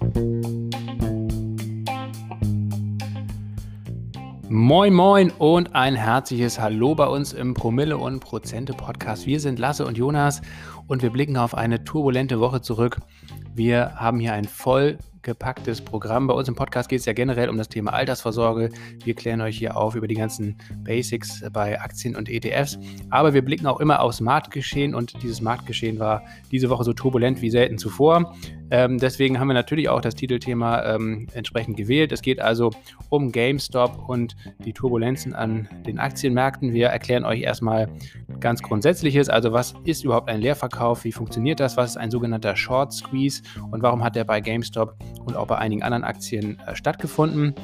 Moin Moin und ein herzliches Hallo bei uns im Promille und Prozente Podcast. Wir sind Lasse und Jonas und wir blicken auf eine turbulente Woche zurück. Wir haben hier ein vollgepacktes Programm. Bei uns im Podcast geht es ja generell um das Thema Altersvorsorge. Wir klären euch hier auf über die ganzen Basics bei Aktien und ETFs. Aber wir blicken auch immer aufs Marktgeschehen und dieses Marktgeschehen war diese Woche so turbulent wie selten zuvor. Deswegen haben wir natürlich auch das Titelthema entsprechend gewählt. Es geht also um GameStop und die Turbulenzen an den Aktienmärkten. Wir erklären euch erstmal ganz Grundsätzliches, also was ist überhaupt ein Leerverkauf, wie funktioniert das, was ist ein sogenannter Short Squeeze und warum hat der bei GameStop und auch bei einigen anderen Aktien stattgefunden.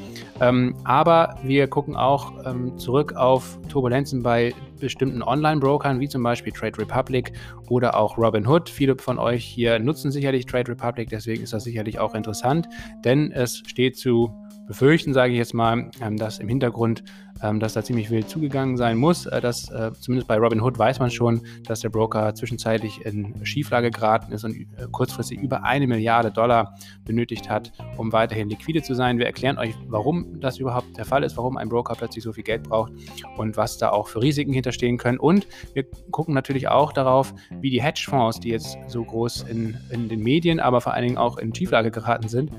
Aber wir gucken auch zurück auf Turbulenzen bei bestimmten Online-Brokern, wie zum Beispiel Trade Republic oder auch Robinhood. Viele von euch hier nutzen sicherlich Trade Republic, deswegen ist das sicherlich auch interessant, denn es steht zu befürchten, sage ich jetzt mal, dass im Hintergrund, dass da ziemlich wild zugegangen sein muss. Zumindest bei Robinhood weiß man schon, dass der Broker zwischenzeitlich in Schieflage geraten ist und kurzfristig über $1 Milliarde benötigt hat, um weiterhin liquide zu sein. Wir erklären euch, warum das überhaupt der Fall ist, warum ein Broker plötzlich so viel Geld braucht und was da auch für Risiken hinterstehen können. Und wir gucken natürlich auch darauf, wie die Hedgefonds, die jetzt so groß in den Medien, aber vor allen Dingen auch in Schieflage geraten sind,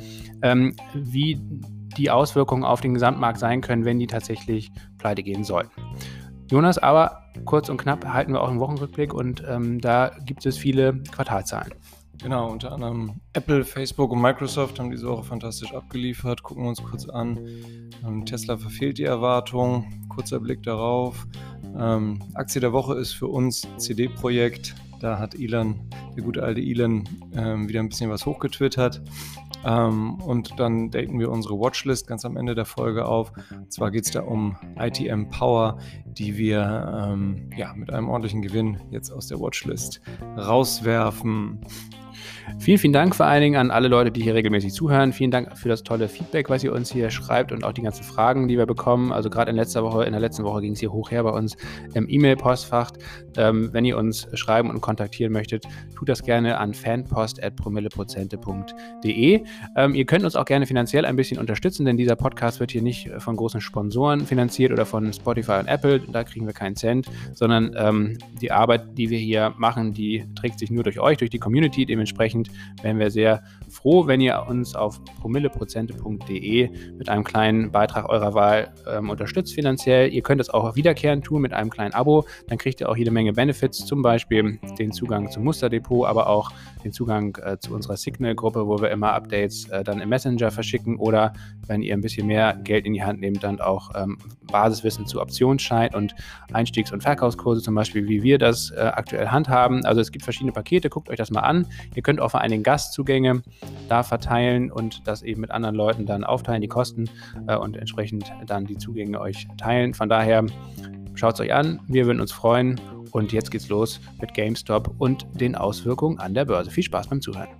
wie die Auswirkungen auf den Gesamtmarkt sein können, wenn die tatsächlich pleite gehen sollten. Jonas, aber kurz und knapp halten wir auch einen Wochenrückblick und da gibt es viele Quartalzahlen. Genau, unter anderem Apple, Facebook und Microsoft haben diese Woche fantastisch abgeliefert. Gucken wir uns kurz an. Tesla verfehlt die Erwartung. Kurzer Blick darauf. Aktie der Woche ist für uns CD-Projekt. Da hat Elon, der gute alte Elon, wieder ein bisschen was hochgetwittert. Und dann daten wir unsere Watchlist ganz am Ende der Folge auf. Und zwar geht es da um ITM Power, die wir mit einem ordentlichen Gewinn jetzt aus der Watchlist rauswerfen. Vielen, vielen Dank vor allen Dingen an alle Leute, die hier regelmäßig zuhören. Vielen Dank für das tolle Feedback, was ihr uns hier schreibt und auch die ganzen Fragen, die wir bekommen. Also gerade in der letzten Woche ging es hier hoch her bei uns im E-Mail-Postfach. Wenn ihr uns schreiben und kontaktieren möchtet, tut das gerne an fanpost@promilleprozente.de. Ihr könnt uns auch gerne finanziell ein bisschen unterstützen, denn dieser Podcast wird hier nicht von großen Sponsoren finanziert oder von Spotify und Apple. Da kriegen wir keinen Cent, sondern die Arbeit, die wir hier machen, die trägt sich nur durch euch, durch die Community. Dementsprechend wären wir sehr froh, wenn ihr uns auf promilleprozente.de mit einem kleinen Beitrag eurer Wahl unterstützt finanziell. Ihr könnt es auch wiederkehrend tun mit einem kleinen Abo. Dann kriegt ihr auch jede Menge Benefits, zum Beispiel den Zugang zum Musterdepot, aber auch den Zugang zu unserer Signal-Gruppe, wo wir immer Updates dann im Messenger verschicken oder wenn ihr ein bisschen mehr Geld in die Hand nehmt, dann auch Basiswissen zu Optionsschein und Einstiegs- und Verkaufskurse, zum Beispiel, wie wir das aktuell handhaben. Also es gibt verschiedene Pakete, guckt euch das mal an. Ihr könnt auch vor allen Dingen Gastzugänge da verteilen und das eben mit anderen Leuten dann aufteilen, die Kosten und entsprechend dann die Zugänge euch teilen. Von daher schaut es euch an, wir würden uns freuen und jetzt geht's los mit GameStop und den Auswirkungen an der Börse. Viel Spaß beim Zuhören.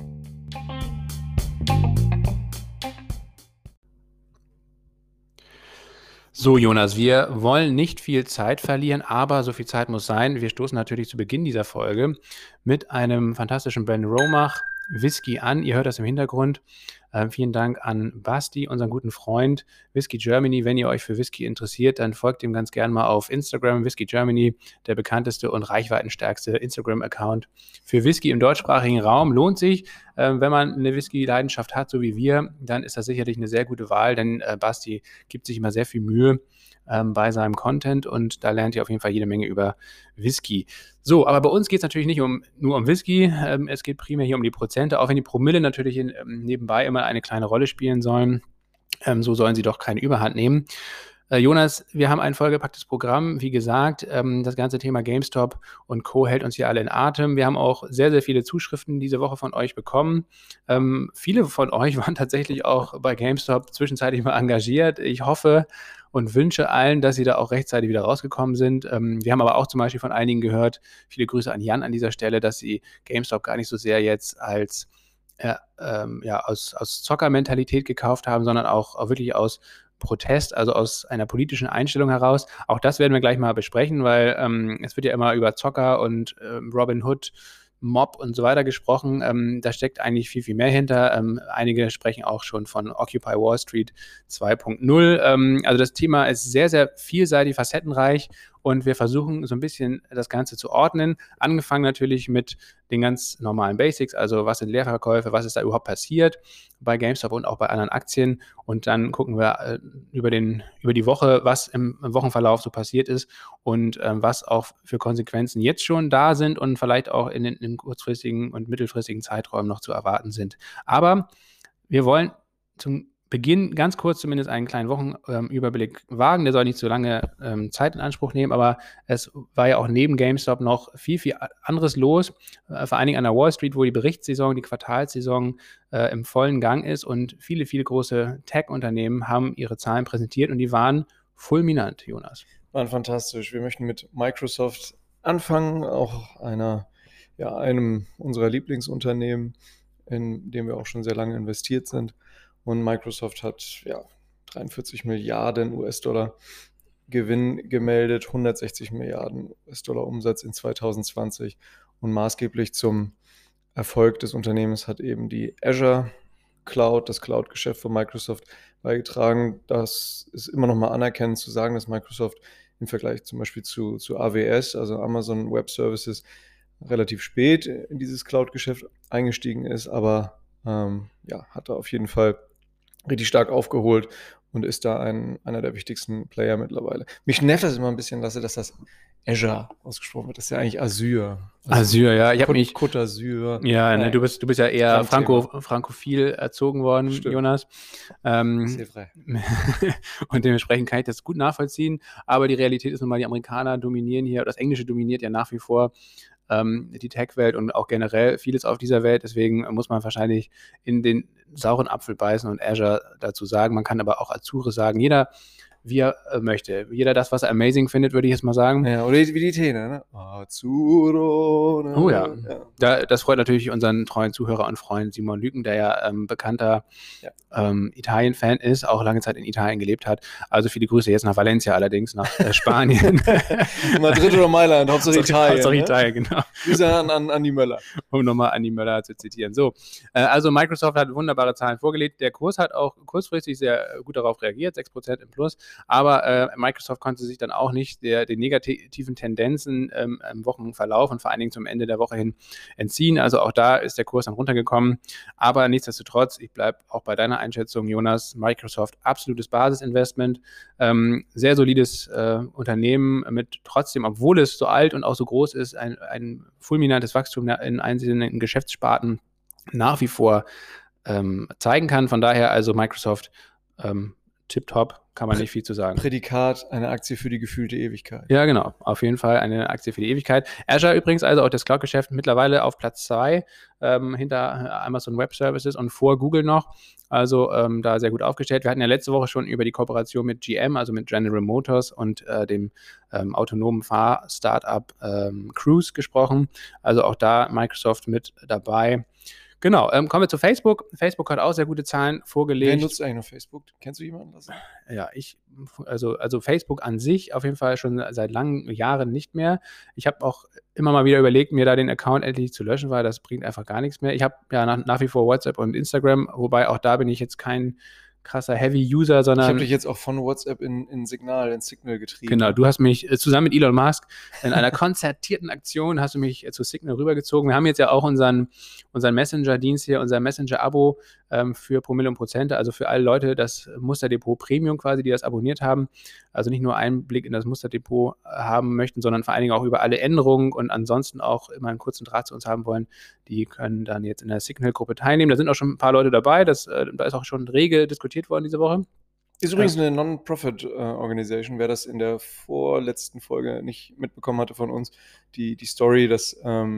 So, Jonas, wir wollen nicht viel Zeit verlieren, aber so viel Zeit muss sein. Wir stoßen natürlich zu Beginn dieser Folge mit einem fantastischen Ben Romach Whisky an. Ihr hört das im Hintergrund. Vielen Dank an Basti, unseren guten Freund Whisky Germany. Wenn ihr euch für Whisky interessiert, dann folgt ihm ganz gern mal auf Instagram. Whisky Germany, der bekannteste und reichweitenstärkste Instagram-Account für Whisky im deutschsprachigen Raum. Lohnt sich, wenn man eine Whisky-Leidenschaft hat, so wie wir, dann ist das sicherlich eine sehr gute Wahl, denn Basti gibt sich immer sehr viel Mühe bei seinem Content und da lernt ihr auf jeden Fall jede Menge über Whisky. So, aber bei uns geht es natürlich nicht nur um Whisky, es geht primär hier um die Prozente, auch wenn die Promille natürlich nebenbei immer eine kleine Rolle spielen sollen, so sollen sie doch keine Überhand nehmen. Jonas, wir haben ein vollgepacktes Programm, wie gesagt, das ganze Thema GameStop und Co. hält uns hier alle in Atem. Wir haben auch sehr, sehr viele Zuschriften diese Woche von euch bekommen. Viele von euch waren tatsächlich auch bei GameStop zwischenzeitlich mal engagiert. Ich hoffe und wünsche allen, dass sie da auch rechtzeitig wieder rausgekommen sind. Wir haben aber auch zum Beispiel von einigen gehört, viele Grüße an Jan an dieser Stelle, dass sie GameStop gar nicht so sehr jetzt als aus Zockermentalität gekauft haben, sondern auch wirklich aus Protest, also aus einer politischen Einstellung heraus. Auch das werden wir gleich mal besprechen, weil es wird ja immer über Zocker und Robinhood Mob und so weiter gesprochen. Da steckt eigentlich viel, viel mehr hinter. Einige sprechen auch schon von Occupy Wall Street 2.0. Also das Thema ist sehr, sehr vielseitig, facettenreich und wir versuchen so ein bisschen das Ganze zu ordnen. Angefangen natürlich mit den ganz normalen Basics, also was sind Leerverkäufe, was ist da überhaupt passiert bei GameStop und auch bei anderen Aktien. Und dann gucken wir über die Woche, was im Wochenverlauf so passiert ist und was auch für Konsequenzen jetzt schon da sind und vielleicht auch in den kurzfristigen und mittelfristigen Zeiträumen noch zu erwarten sind. Aber wir wollen zum Beginn ganz kurz zumindest einen kleinen Wochenüberblick wagen. Der soll nicht so lange Zeit in Anspruch nehmen, aber es war ja auch neben GameStop noch viel, viel anderes los. Vor allen Dingen an der Wall Street, wo die Berichtssaison, die Quartalssaison im vollen Gang ist und viele, viele große Tech-Unternehmen haben ihre Zahlen präsentiert und die waren fulminant, Jonas. Waren fantastisch. Wir möchten mit Microsoft anfangen, auch einem unserer Lieblingsunternehmen, in dem wir auch schon sehr lange investiert sind. Und Microsoft hat 43 Milliarden US-Dollar Gewinn gemeldet, 160 Milliarden US-Dollar Umsatz in 2020. Und maßgeblich zum Erfolg des Unternehmens hat eben die Azure Cloud, das Cloud-Geschäft von Microsoft, beigetragen. Das ist immer noch mal anerkennend zu sagen, dass Microsoft im Vergleich zum Beispiel zu AWS, also Amazon Web Services, relativ spät in dieses Cloud-Geschäft eingestiegen ist, aber hat da auf jeden Fall richtig stark aufgeholt und ist da einer der wichtigsten Player mittlerweile. Mich nervt das immer ein bisschen, dass das Azure ausgesprochen wird. Das ist ja eigentlich Azure. Azure, ja. Ich habe mich Côte d'Azur. Ja, ne, du bist ja eher frankophil erzogen worden, Stimmt. Jonas. Und dementsprechend kann ich das gut nachvollziehen. Aber die Realität ist nun mal, die Amerikaner dominieren hier, das Englische dominiert ja nach wie vor die Tech-Welt und auch generell vieles auf dieser Welt. Deswegen muss man wahrscheinlich in den sauren Apfel beißen und Azure dazu sagen. Man kann aber auch Azure sagen. Jeder, wie er möchte. Jeder das, was er amazing findet, würde ich jetzt mal sagen. Ja, oder wie die Tene, ne? Azuro. Ne? Oh ja. Das freut natürlich unseren treuen Zuhörer und Freund Simon Lüken, der ja bekannter Italien-Fan ist, auch lange Zeit in Italien gelebt hat. Also viele Grüße jetzt nach Valencia allerdings, nach Spanien. Madrid oder Mailand, Hauptsache Italien. Hauptsache Italien, genau. Grüße an Andi Möller. Um nochmal Andi Möller zu zitieren. So, also Microsoft hat wunderbare Zahlen vorgelegt. Der Kurs hat auch kurzfristig sehr gut darauf reagiert, 6% im Plus. Aber Microsoft konnte sich dann auch nicht den negativen Tendenzen im Wochenverlauf und vor allen Dingen zum Ende der Woche hin entziehen. Also auch da ist der Kurs dann runtergekommen. Aber nichtsdestotrotz, ich bleibe auch bei deiner Einschätzung, Jonas, Microsoft absolutes Basisinvestment, sehr solides Unternehmen mit trotzdem, obwohl es so alt und auch so groß ist, ein fulminantes Wachstum in einzelnen Geschäftssparten nach wie vor zeigen kann. Von daher also Microsoft tipptopp, kann man nicht viel zu sagen. Prädikat, eine Aktie für die gefühlte Ewigkeit. Ja, genau. Auf jeden Fall eine Aktie für die Ewigkeit. Azure übrigens, also auch das Cloud-Geschäft, mittlerweile auf Platz 2 hinter Amazon Web Services und vor Google noch. Also da sehr gut aufgestellt. Wir hatten ja letzte Woche schon über die Kooperation mit GM, also mit General Motors und dem autonomen Fahr-Startup Cruise gesprochen. Also auch da Microsoft mit dabei. Genau, kommen wir zu Facebook. Facebook hat auch sehr gute Zahlen vorgelegt. Wer nutzt eigentlich noch Facebook? Kennst du jemanden? Ja, also Facebook an sich auf jeden Fall schon seit langen Jahren nicht mehr. Ich habe auch immer mal wieder überlegt, mir da den Account endlich zu löschen, weil das bringt einfach gar nichts mehr. Ich habe ja nach wie vor WhatsApp und Instagram, wobei auch da bin ich jetzt kein krasser Heavy-User, sondern... Ich habe dich jetzt auch von WhatsApp in Signal getrieben. Genau, du hast mich zusammen mit Elon Musk in einer konzertierten Aktion hast du mich zu Signal rübergezogen. Wir haben jetzt ja auch unseren Messenger-Dienst hier, unser Messenger-Abo für Promille und Prozente, also für alle Leute das Musterdepot Premium quasi, die das abonniert haben, also nicht nur einen Blick in das Musterdepot haben möchten, sondern vor allen Dingen auch über alle Änderungen und ansonsten auch immer einen kurzen Draht zu uns haben wollen, die können dann jetzt in der Signal-Gruppe teilnehmen. Da sind auch schon ein paar Leute dabei, da ist auch schon rege diskutiert worden diese Woche. Ist übrigens eine Non-Profit-Organisation, wer das in der vorletzten Folge nicht mitbekommen hatte von uns, die Story, dass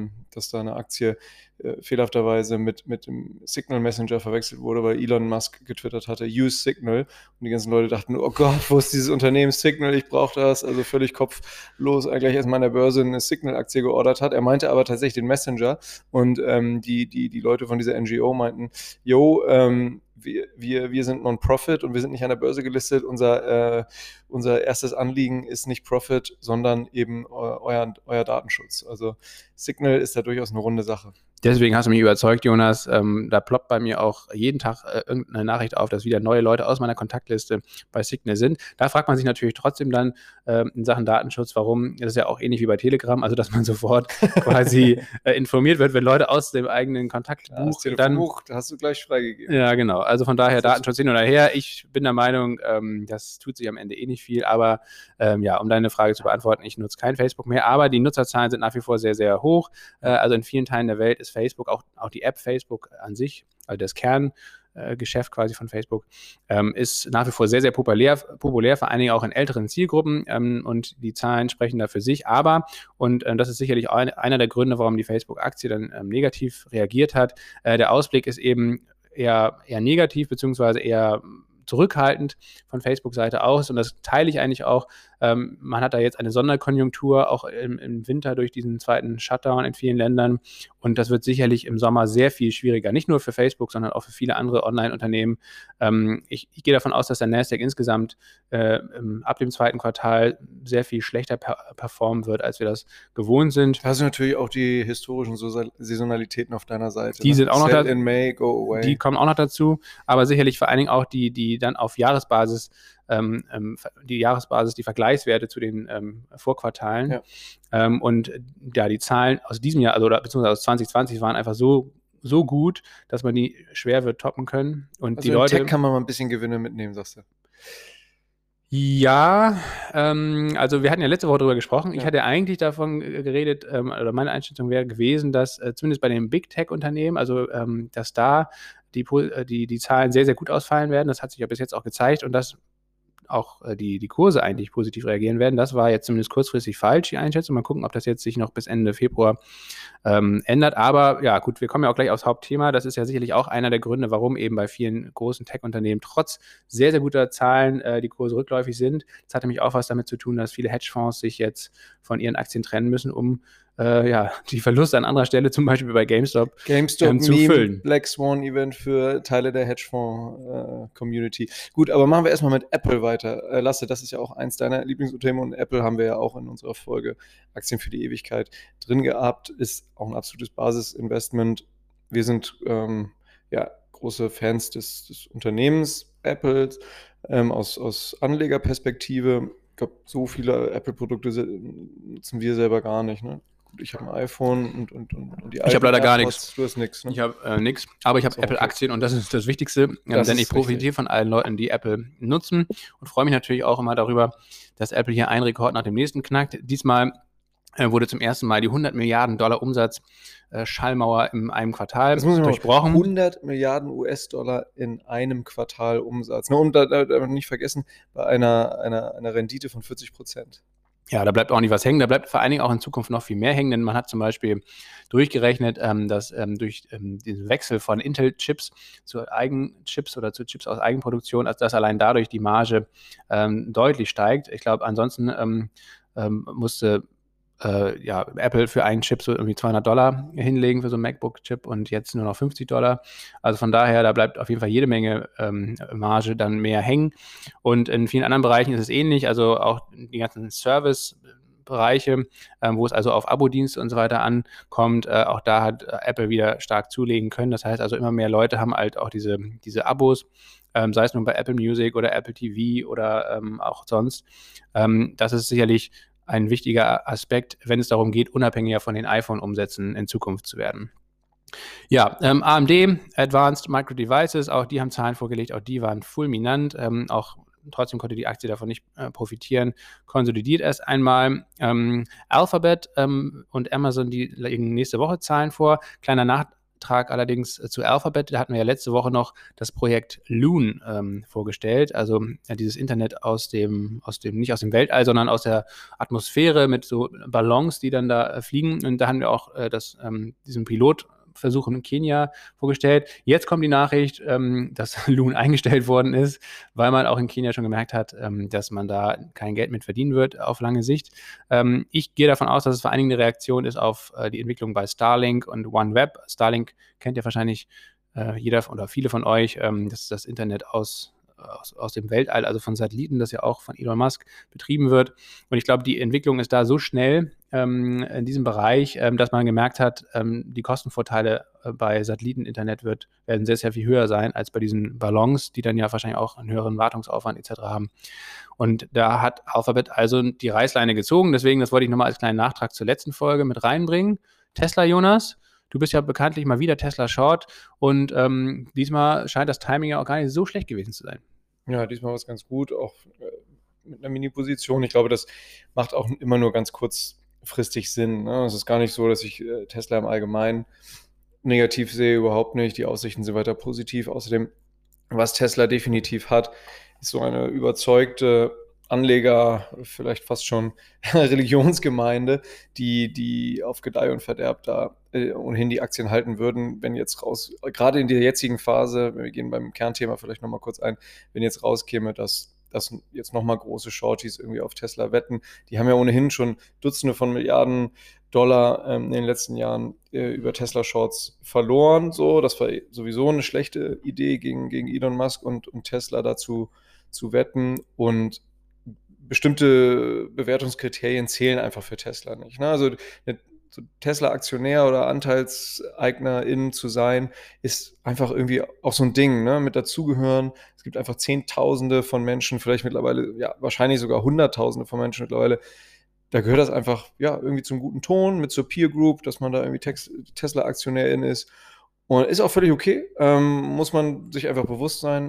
da eine Aktie fehlerhafterweise mit dem Signal Messenger verwechselt wurde, weil Elon Musk getwittert hatte, use Signal, und die ganzen Leute dachten, oh Gott, wo ist dieses Unternehmen Signal, ich brauche das, also völlig kopflos, gleich erstmal an der Börse eine Signal-Aktie geordert hat. Er meinte aber tatsächlich den Messenger und die Leute von dieser NGO meinten, wir sind Non-Profit und wir sind nicht an der Börse gelistet. Unser erstes Anliegen ist nicht Profit, sondern eben euer Datenschutz. Also Signal ist da durchaus eine runde Sache. Deswegen hast du mich überzeugt, Jonas. Da ploppt bei mir auch jeden Tag irgendeine Nachricht auf, dass wieder neue Leute aus meiner Kontaktliste bei Signal sind. Da fragt man sich natürlich trotzdem dann in Sachen Datenschutz, warum. Das ist ja auch ähnlich wie bei Telegram, also dass man sofort quasi informiert wird, wenn Leute aus dem eigenen Kontaktbuch dann... Da hast du gleich freigegeben. Ja, genau. Also von daher Datenschutz hin oder her. Ich bin der Meinung, das tut sich am Ende eh nicht viel. Aber um deine Frage zu beantworten, ich nutze kein Facebook mehr. Aber die Nutzerzahlen sind nach wie vor sehr, sehr hoch. Also in vielen Teilen der Welt ist Facebook, auch die App Facebook an sich, also das Kerngeschäft quasi von Facebook, ist nach wie vor sehr, sehr populär, vor allen Dingen auch in älteren Zielgruppen, und die Zahlen sprechen da für sich. Aber, und das ist sicherlich auch einer der Gründe, warum die Facebook-Aktie dann negativ reagiert hat, der Ausblick ist eben eher negativ, beziehungsweise eher zurückhaltend von Facebook-Seite aus, und das teile ich eigentlich auch. Man hat da jetzt eine Sonderkonjunktur, auch im Winter durch diesen zweiten Shutdown in vielen Ländern, und das wird sicherlich im Sommer sehr viel schwieriger, nicht nur für Facebook, sondern auch für viele andere Online-Unternehmen. Ich gehe davon aus, dass der Nasdaq insgesamt ab dem zweiten Quartal sehr viel schlechter performen wird, als wir das gewohnt sind. Da hast du natürlich auch die historischen Saisonalitäten auf deiner Seite. Die sind auch noch da. In May, go away. Die kommen auch noch dazu, aber sicherlich vor allen Dingen auch die dann auf Jahresbasis, die Vergleichswerte zu den Vorquartalen. Ja. Und die Zahlen aus diesem Jahr, also beziehungsweise aus 2020, waren einfach so gut, dass man die schwer wird toppen können. Und also die Leute, Tech kann man mal ein bisschen Gewinne mitnehmen, sagst du? Ja, also wir hatten ja letzte Woche darüber gesprochen. Ja. Ich hatte eigentlich davon geredet, oder meine Einschätzung wäre gewesen, dass zumindest bei den Big Tech-Unternehmen, also dass da die Zahlen sehr, sehr gut ausfallen werden. Das hat sich ja bis jetzt auch gezeigt, und dass auch die Kurse eigentlich positiv reagieren werden. Das war jetzt zumindest kurzfristig falsch, die Einschätzung. Mal gucken, ob das jetzt sich noch bis Ende Februar ändert. Aber ja, gut, wir kommen ja auch gleich aufs Hauptthema. Das ist ja sicherlich auch einer der Gründe, warum eben bei vielen großen Tech-Unternehmen trotz sehr, sehr guter Zahlen die Kurse rückläufig sind. Das hat nämlich auch was damit zu tun, dass viele Hedgefonds sich jetzt von ihren Aktien trennen müssen, um die Verluste an anderer Stelle, zum Beispiel bei GameStop zu füllen. Black Swan Event für Teile der Hedgefonds-Community. Gut, aber machen wir erstmal mit Apple weiter. Lasse, das ist ja auch eins deiner Lieblingsunternehmen, und Apple haben wir ja auch in unserer Folge Aktien für die Ewigkeit drin gehabt. Ist auch ein absolutes Basisinvestment. Wir sind große Fans des Unternehmens Apple aus Anlegerperspektive. Ich glaube, so viele Apple-Produkte nutzen wir selber gar nicht, ne? Ich habe ein iPhone und die Ich habe leider gar nichts. Du hast nichts, ne? Ich habe nichts, aber ich habe Apple-Aktien, und das ist das Wichtigste, denn ich profitiere von allen Leuten, die Apple nutzen, und freue mich natürlich auch immer darüber, dass Apple hier einen Rekord nach dem nächsten knackt. Diesmal wurde zum ersten Mal die $100 Milliarden Umsatz Schallmauer in einem Quartal durchbrochen. 100 Milliarden US-Dollar in einem Quartal Umsatz. Und da nicht vergessen, bei einer Rendite von 40%. Ja, da bleibt auch nicht was hängen. Da bleibt vor allen Dingen auch in Zukunft noch viel mehr hängen, denn man hat zum Beispiel durchgerechnet, dass durch den Wechsel von Intel-Chips zu Eigenchips oder zu Chips aus Eigenproduktion, dass allein dadurch die Marge deutlich steigt. Ich glaube, ansonsten musste Apple für einen Chip so irgendwie $200 hinlegen für so einen MacBook-Chip, und jetzt nur noch $50. Also von daher, da bleibt auf jeden Fall jede Menge Marge dann mehr hängen. Und in vielen anderen Bereichen ist es ähnlich, also auch die ganzen Service-Bereiche, wo es also auf Abo-Dienste und so weiter ankommt, auch da hat Apple wieder stark zulegen können. Das heißt also, immer mehr Leute haben halt auch diese Abos, sei es nun bei Apple Music oder Apple TV oder auch sonst. Das ist sicherlich ein wichtiger Aspekt, wenn es darum geht, unabhängiger von den iPhone-Umsätzen in Zukunft zu werden. Ja, AMD, Advanced Micro Devices, auch die haben Zahlen vorgelegt, auch die waren fulminant, auch trotzdem konnte die Aktie davon nicht profitieren, konsolidiert erst einmal. Alphabet und Amazon, die legen nächste Woche Zahlen vor. Kleiner Nachtrag allerdings zu Alphabet, da hatten wir ja letzte Woche noch das Projekt Loon vorgestellt, also dieses Internet nicht aus dem Weltall, sondern aus der Atmosphäre mit so Ballons, die dann da fliegen, und da haben wir auch diesen Pilotversuch in Kenia vorgestellt. Jetzt kommt die Nachricht, dass Loon eingestellt worden ist, weil man auch in Kenia schon gemerkt hat, dass man da kein Geld mit verdienen wird auf lange Sicht. Ich gehe davon aus, dass es vor allen Dingen eine Reaktion ist auf die Entwicklung bei Starlink und OneWeb. Starlink kennt ja wahrscheinlich jeder oder viele von euch, das ist das Internet aus dem Weltall, also von Satelliten, das ja auch von Elon Musk betrieben wird. Und ich glaube, die Entwicklung ist da so schnell in diesem Bereich, dass man gemerkt hat, die Kostenvorteile bei Satelliteninternet werden sehr, sehr viel höher sein als bei diesen Ballons, die dann ja wahrscheinlich auch einen höheren Wartungsaufwand etc. haben. Und da hat Alphabet also die Reißleine gezogen. Deswegen, das wollte ich nochmal als kleinen Nachtrag zur letzten Folge mit reinbringen. Tesla, Jonas, du bist ja bekanntlich mal wieder Tesla Short und diesmal scheint das Timing ja auch gar nicht so schlecht gewesen zu sein. Ja, diesmal war es ganz gut, auch mit einer Mini-Position. Ich glaube, das macht auch immer nur ganz kurzfristig Sinn. Ne? Es ist gar nicht so, dass ich Tesla im Allgemeinen negativ sehe, überhaupt nicht. Die Aussichten sind weiter positiv. Außerdem, was Tesla definitiv hat, ist so eine überzeugte Anleger, vielleicht fast schon Religionsgemeinde, die auf Gedeih und Verderb da ohnehin die Aktien halten würden, wenn jetzt gerade in der jetzigen Phase, wir gehen beim Kernthema vielleicht nochmal kurz ein, wenn jetzt rauskäme, dass jetzt nochmal große Shorties irgendwie auf Tesla wetten. Die haben ja ohnehin schon Dutzende von Milliarden Dollar in den letzten Jahren über Tesla-Shorts verloren. So, das war sowieso eine schlechte Idee gegen Elon Musk und Tesla dazu zu wetten. Und bestimmte Bewertungskriterien zählen einfach für Tesla nicht. Ne? Also so Tesla-Aktionär oder Anteilseignerin zu sein, ist einfach irgendwie auch so ein Ding, ne? Mit dazugehören. Es gibt einfach Zehntausende von Menschen, vielleicht mittlerweile, ja, wahrscheinlich sogar Hunderttausende von Menschen mittlerweile. Da gehört das einfach, ja, irgendwie zum guten Ton, mit zur Peer Group, dass man da irgendwie Tesla-Aktionärin ist. Und ist auch völlig okay. Muss man sich einfach bewusst sein,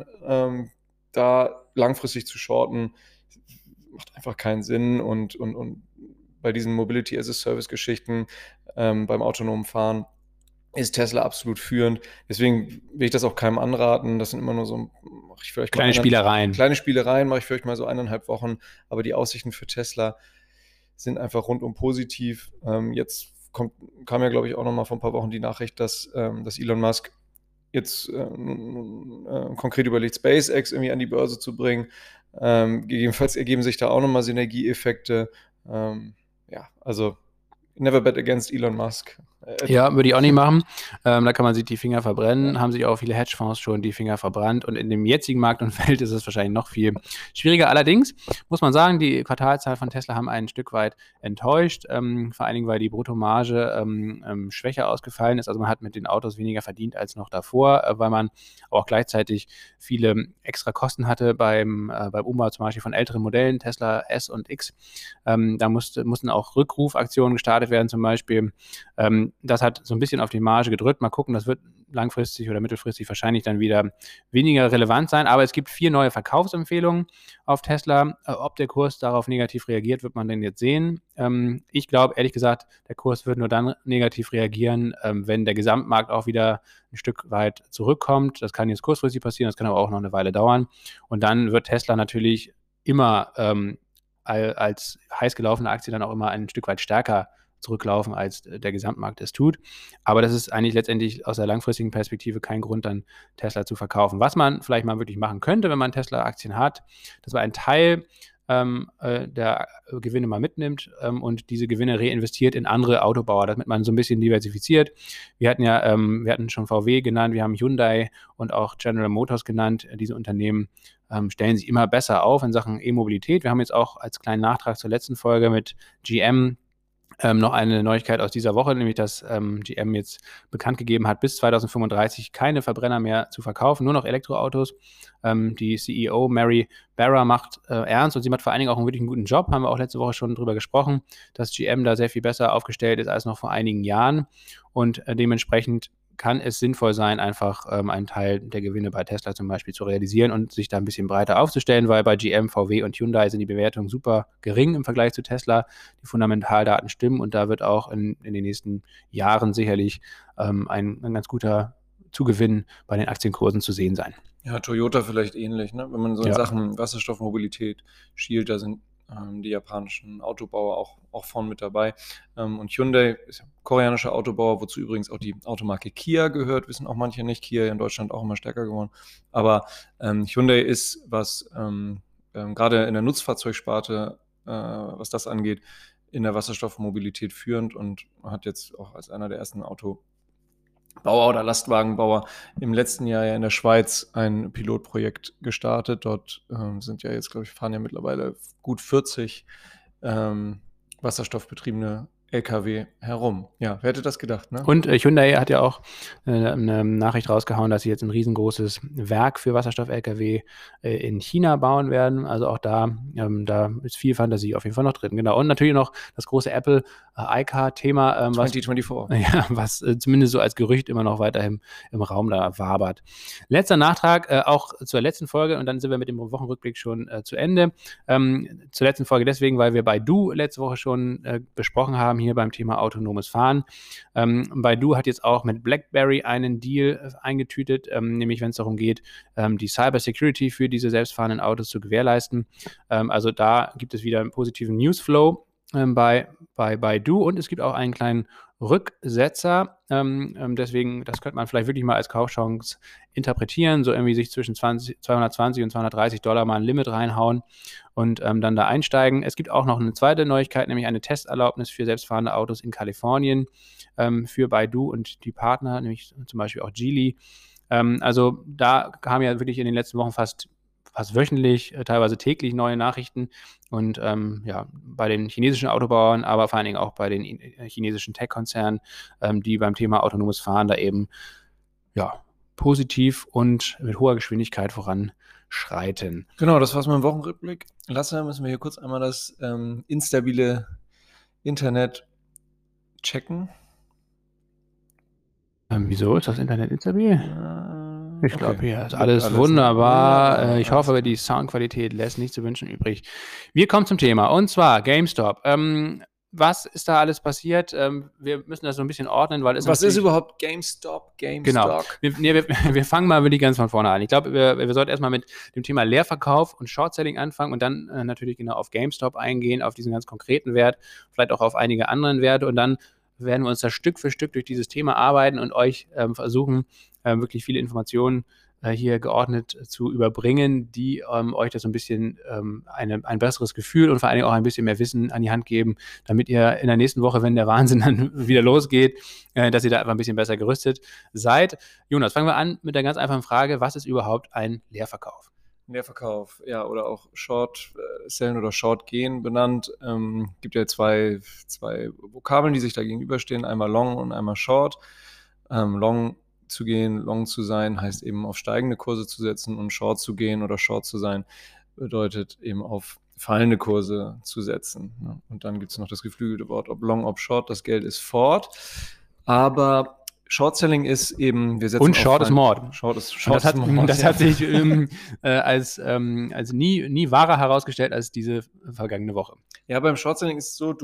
da langfristig zu shorten, macht einfach keinen Sinn und bei diesen Mobility-as-a-Service-Geschichten beim autonomen Fahren ist Tesla absolut führend. Deswegen will ich das auch keinem anraten. Das sind immer nur so, mache ich vielleicht kleine Spielereien. Kleine Spielereien mache ich vielleicht mal so 1,5 Wochen, aber die Aussichten für Tesla sind einfach rundum positiv. Jetzt kam ja, glaube ich, auch noch mal vor ein paar Wochen die Nachricht, dass Elon Musk jetzt konkret überlegt, SpaceX irgendwie an die Börse zu bringen. Gegebenenfalls ergeben sich da auch nochmal Synergieeffekte. Ja, also never bet against Elon Musk. Ja, würde ich auch nicht machen. Da kann man sich die Finger verbrennen. Haben sich auch viele Hedgefonds schon die Finger verbrannt. Und in dem jetzigen Marktumfeld ist es wahrscheinlich noch viel schwieriger. Allerdings muss man sagen, die Quartalzahlen von Tesla haben ein Stück weit enttäuscht. Vor allen Dingen, weil die Bruttomarge schwächer ausgefallen ist. Also man hat mit den Autos weniger verdient als noch davor, weil man auch gleichzeitig viele extra Kosten hatte beim Umbau zum Beispiel von älteren Modellen, Tesla S und X. Da mussten auch Rückrufaktionen gestartet werden zum Beispiel. Das hat so ein bisschen auf die Marge gedrückt. Mal gucken, das wird langfristig oder mittelfristig wahrscheinlich dann wieder weniger relevant sein. Aber es gibt 4 neue Verkaufsempfehlungen auf Tesla. Ob der Kurs darauf negativ reagiert, wird man denn jetzt sehen. Ich glaube, ehrlich gesagt, der Kurs wird nur dann negativ reagieren, wenn der Gesamtmarkt auch wieder ein Stück weit zurückkommt. Das kann jetzt kurzfristig passieren, das kann aber auch noch eine Weile dauern. Und dann wird Tesla natürlich immer als heiß gelaufene Aktie dann auch immer ein Stück weit stärker zurücklaufen, als der Gesamtmarkt es tut. Aber das ist eigentlich letztendlich aus der langfristigen Perspektive kein Grund, dann Tesla zu verkaufen. Was man vielleicht mal wirklich machen könnte, wenn man Tesla-Aktien hat, dass man einen Teil der Gewinne mal mitnimmt und diese Gewinne reinvestiert in andere Autobauer, damit man so ein bisschen diversifiziert. Wir hatten schon VW genannt, wir haben Hyundai und auch General Motors genannt. Diese Unternehmen stellen sich immer besser auf in Sachen E-Mobilität. Wir haben jetzt auch als kleinen Nachtrag zur letzten Folge mit GM noch eine Neuigkeit aus dieser Woche, nämlich dass GM jetzt bekannt gegeben hat, bis 2035 keine Verbrenner mehr zu verkaufen, nur noch Elektroautos. Die CEO Mary Barra macht ernst und sie macht vor allen Dingen auch einen wirklich guten Job, haben wir auch letzte Woche schon drüber gesprochen, dass GM da sehr viel besser aufgestellt ist als noch vor einigen Jahren und dementsprechend kann es sinnvoll sein, einfach einen Teil der Gewinne bei Tesla zum Beispiel zu realisieren und sich da ein bisschen breiter aufzustellen, weil bei GM, VW und Hyundai sind die Bewertungen super gering im Vergleich zu Tesla. Die Fundamentaldaten stimmen und da wird auch in den nächsten Jahren sicherlich ein ganz guter Zugewinn bei den Aktienkursen zu sehen sein. Ja, Toyota vielleicht ähnlich, ne? Wenn man so in Sachen Wasserstoffmobilität schielt, da sind die japanischen Autobauer auch vorn mit dabei. Und Hyundai ist ein koreanischer Autobauer, wozu übrigens auch die Automarke Kia gehört, wissen auch manche nicht. Kia in Deutschland auch immer stärker geworden. Aber Hyundai ist, was gerade in der Nutzfahrzeugsparte, was das angeht, in der Wasserstoffmobilität führend und hat jetzt auch als einer der ersten Bauer oder Lastwagenbauer im letzten Jahr ja in der Schweiz ein Pilotprojekt gestartet. Dort sind ja jetzt, glaube ich, fahren ja mittlerweile gut 40 wasserstoffbetriebene LKW herum. Ja, wer hätte das gedacht, ne? Und Hyundai hat ja auch eine Nachricht rausgehauen, dass sie jetzt ein riesengroßes Werk für Wasserstoff-Lkw in China bauen werden. Also auch da ist viel Fantasie auf jeden Fall noch drin. Genau. Und natürlich noch das große Apple iCar-Thema, 2024. was zumindest so als Gerücht immer noch weiterhin im Raum da wabert. Letzter Nachtrag, auch zur letzten Folge, und dann sind wir mit dem Wochenrückblick schon zu Ende. Zur letzten Folge deswegen, weil wir Baidu letzte Woche schon besprochen haben, hier beim Thema autonomes Fahren. Baidu hat jetzt auch mit BlackBerry einen Deal eingetütet, nämlich wenn es darum geht, die Cybersecurity für diese selbstfahrenden Autos zu gewährleisten. Also da gibt es wieder einen positiven Newsflow bei Baidu, und es gibt auch einen kleinen Rücksetzer. Deswegen, das könnte man vielleicht wirklich mal als Kaufchance interpretieren, so irgendwie sich zwischen 220 und $230 mal ein Limit reinhauen und dann da einsteigen. Es gibt auch noch eine zweite Neuigkeit, nämlich eine Testerlaubnis für selbstfahrende Autos in Kalifornien für Baidu und die Partner, nämlich zum Beispiel auch Geely. Also da kam ja wirklich in den letzten Wochen fast wöchentlich, teilweise täglich neue Nachrichten, und bei den chinesischen Autobauern, aber vor allen Dingen auch bei den chinesischen Tech-Konzernen, die beim Thema autonomes Fahren da eben positiv und mit hoher Geschwindigkeit voranschreiten. Genau, das war's mit dem Wochenrückblick. Lasse, müssen wir hier kurz einmal das instabile Internet checken. Wieso ist das Internet instabil? Ich glaube, Okay. hier ist alles wunderbar. Ich hoffe, die Soundqualität lässt nicht zu wünschen übrig. Wir kommen zum Thema, und zwar GameStop. Was ist da alles passiert? Wir müssen das so ein bisschen ordnen, weil es Was ist überhaupt GameStop? Genau. Wir fangen mal wirklich ganz von vorne an. Ich glaube, wir sollten erstmal mit dem Thema Leerverkauf und Short-Selling anfangen und dann natürlich genau auf GameStop eingehen, auf diesen ganz konkreten Wert, vielleicht auch auf einige anderen Werte, und dann werden wir uns da Stück für Stück durch dieses Thema arbeiten und euch versuchen, wirklich viele Informationen hier geordnet zu überbringen, die euch das so ein bisschen ein besseres Gefühl und vor allen Dingen auch ein bisschen mehr Wissen an die Hand geben, damit ihr in der nächsten Woche, wenn der Wahnsinn dann wieder losgeht, dass ihr da einfach ein bisschen besser gerüstet seid. Jonas, fangen wir an mit der ganz einfachen Frage: Was ist überhaupt ein Leerverkauf? Leerverkauf, ja, oder auch Short Sellen oder Short Gehen benannt. Gibt ja zwei Vokabeln, die sich da gegenüberstehen, einmal Long und einmal Short. Long zu gehen, Long zu sein, heißt eben auf steigende Kurse zu setzen, und Short zu gehen oder Short zu sein bedeutet eben auf fallende Kurse zu setzen. Ne? Und dann gibt es noch das geflügelte Wort, ob Long, ob Short, das Geld ist fort. Aber Short-Selling ist eben, wir setzen und Short ist Mord. Short ist Mord. Das hat sich als nie wahrer herausgestellt als diese vergangene Woche. Ja, beim Short-Selling ist es so,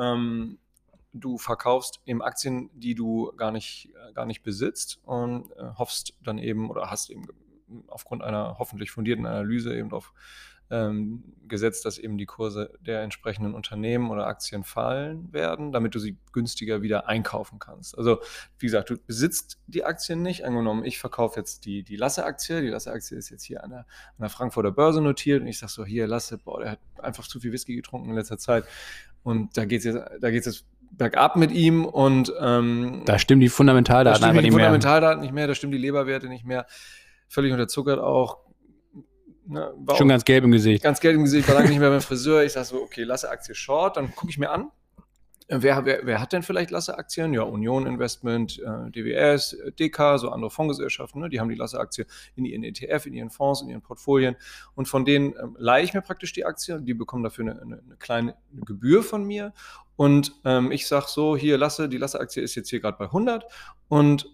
du verkaufst eben Aktien, die du gar nicht besitzt, und hoffst dann eben oder hast eben aufgrund einer hoffentlich fundierten Analyse eben darauf gesetzt, dass eben die Kurse der entsprechenden Unternehmen oder Aktien fallen werden, damit du sie günstiger wieder einkaufen kannst. Also wie gesagt, du besitzt die Aktien nicht. Angenommen, ich verkaufe jetzt die Lasse-Aktie. Die Lasse-Aktie ist jetzt hier an der Frankfurter Börse notiert, und ich sage so, hier Lasse, der hat einfach zu viel Whisky getrunken in letzter Zeit, und da geht's jetzt bergab mit ihm, und da stimmen die Fundamentaldaten einfach nicht mehr, da stimmen die Leberwerte nicht mehr, völlig unterzuckert auch. Ne, schon ganz gelb im Gesicht. Ganz gelb im Gesicht, war lange nicht mehr beim Friseur. Ich sage so, okay, Lasse Aktie Short, dann gucke ich mir an, wer hat denn vielleicht Lasse Aktien? Ja, Union Investment, DWS, DK, so andere Fondsgesellschaften, ne? Die haben die Lasse Aktie in ihren ETF, in ihren Fonds, in ihren Portfolien, und von denen leihe ich mir praktisch die Aktie, und die bekommen dafür eine kleine Gebühr von mir, und ich sage so, hier Lasse, die Lasse Aktie ist jetzt hier gerade bei 100, und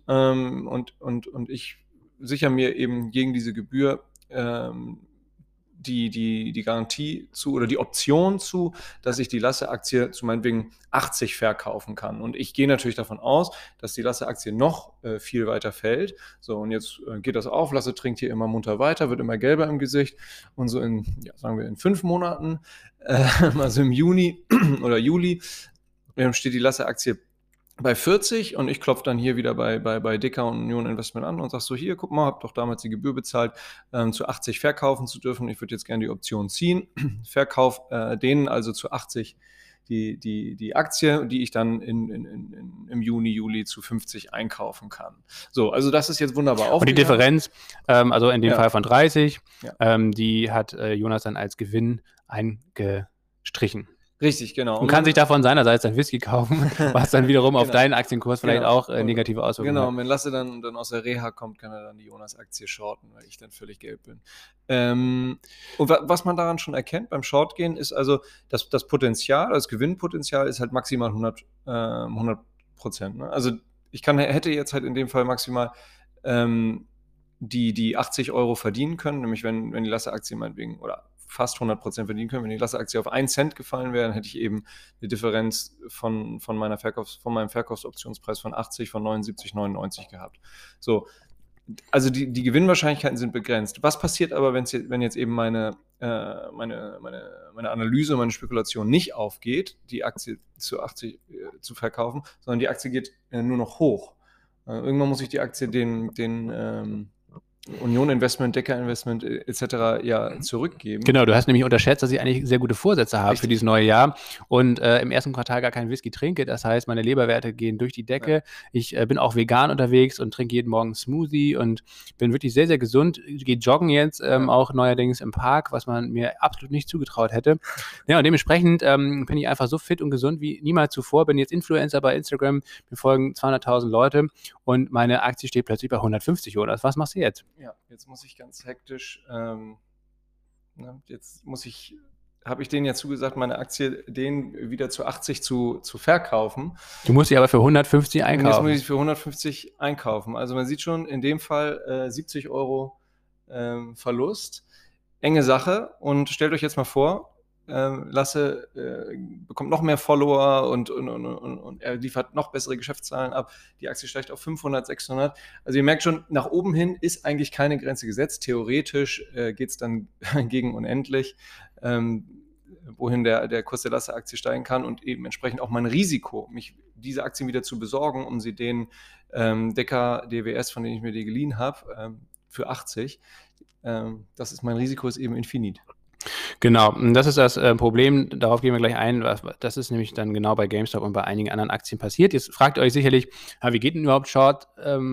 ich sichere mir eben gegen diese Gebühr die Garantie zu oder die Option zu, dass ich die Lasse-Aktie zu meinetwegen 80 verkaufen kann. Und ich gehe natürlich davon aus, dass die Lasse-Aktie noch viel weiter fällt. So, und jetzt geht das auf. Lasse trinkt hier immer munter weiter, wird immer gelber im Gesicht. Und so sagen wir in 5 Monaten, also im Juni oder Juli, steht die Lasse-Aktie bei 40, und ich klopfe dann hier wieder bei DK und Union Investment an und sage so, hier, guck mal, hab doch damals die Gebühr bezahlt, zu 80 verkaufen zu dürfen. Ich würde jetzt gerne die Option ziehen. Verkauf denen also zu 80 die Aktie, die ich dann im Juni, Juli zu 50 einkaufen kann. So, also das ist jetzt wunderbar aufgegangen. Und die Differenz, also in dem Ja. Fall von 30, Ja. die hat Jonas dann als Gewinn eingestrichen. Richtig, genau. Und kann sich davon seinerseits ein Whisky kaufen, was dann wiederum auf deinen Aktienkurs vielleicht auch negative Auswirkungen hat. Genau, wenn Lasse dann aus der Reha kommt, kann er dann die Jonas-Aktie shorten, weil ich dann völlig gelb bin. Und was man daran schon erkennt beim Shortgehen, ist also, dass das Potenzial, das Gewinnpotenzial ist halt maximal 100%. Ne? Also ich hätte jetzt halt in dem Fall maximal die 80 Euro verdienen können, nämlich wenn die Lasse-Aktie meinetwegen oder fast 100% verdienen können. Wenn die Lasse-Aktie auf 1 Cent gefallen wäre, dann hätte ich eben eine Differenz von meinem Verkaufsoptionspreis von 80, von 79, 99 gehabt. So, also die Gewinnwahrscheinlichkeiten sind begrenzt. Was passiert aber, wenn jetzt eben meine Analyse, meine Spekulation nicht aufgeht, die Aktie zu 80 zu verkaufen, sondern die Aktie geht nur noch hoch. Irgendwann muss ich die Aktie den Union Investment, Decker Investment etc. ja zurückgeben. Genau, du hast nämlich unterschätzt, dass ich eigentlich sehr gute Vorsätze habe für dieses neue Jahr und im ersten Quartal gar keinen Whisky trinke. Das heißt, meine Leberwerte gehen durch die Decke. Ja. Ich bin auch vegan unterwegs und trinke jeden Morgen Smoothie und bin wirklich sehr, sehr gesund. Ich gehe joggen jetzt auch neuerdings im Park, was man mir absolut nicht zugetraut hätte. Ja, und dementsprechend bin ich einfach so fit und gesund wie niemals zuvor. Bin jetzt Influencer bei Instagram, mir folgen 200.000 Leute und meine Aktie steht plötzlich bei 150 Jonas. Was machst du jetzt? Ja, jetzt muss ich ganz hektisch, habe ich denen ja zugesagt, meine Aktie denen wieder zu 80 zu verkaufen. Du musst sie aber für 150 einkaufen. Und jetzt muss ich für 150 einkaufen. Also man sieht schon, in dem Fall 70 Euro Verlust. Enge Sache. Und stellt euch jetzt mal vor, Lasse bekommt noch mehr Follower und er liefert noch bessere Geschäftszahlen ab. Die Aktie steigt auf 500, 600. Also ihr merkt schon, nach oben hin ist eigentlich keine Grenze gesetzt. Theoretisch geht es dann gegen unendlich, wohin der Kurs der Lasse-Aktie steigen kann und eben entsprechend auch mein Risiko, mich diese Aktien wieder zu besorgen, um sie den Decker DWS, von denen ich mir die geliehen habe, für 80. Das ist mein Risiko, ist eben infinit. Genau, das ist das Problem, darauf gehen wir gleich ein, das ist nämlich dann genau bei GameStop und bei einigen anderen Aktien passiert. Jetzt fragt ihr euch sicherlich, wie geht denn überhaupt Short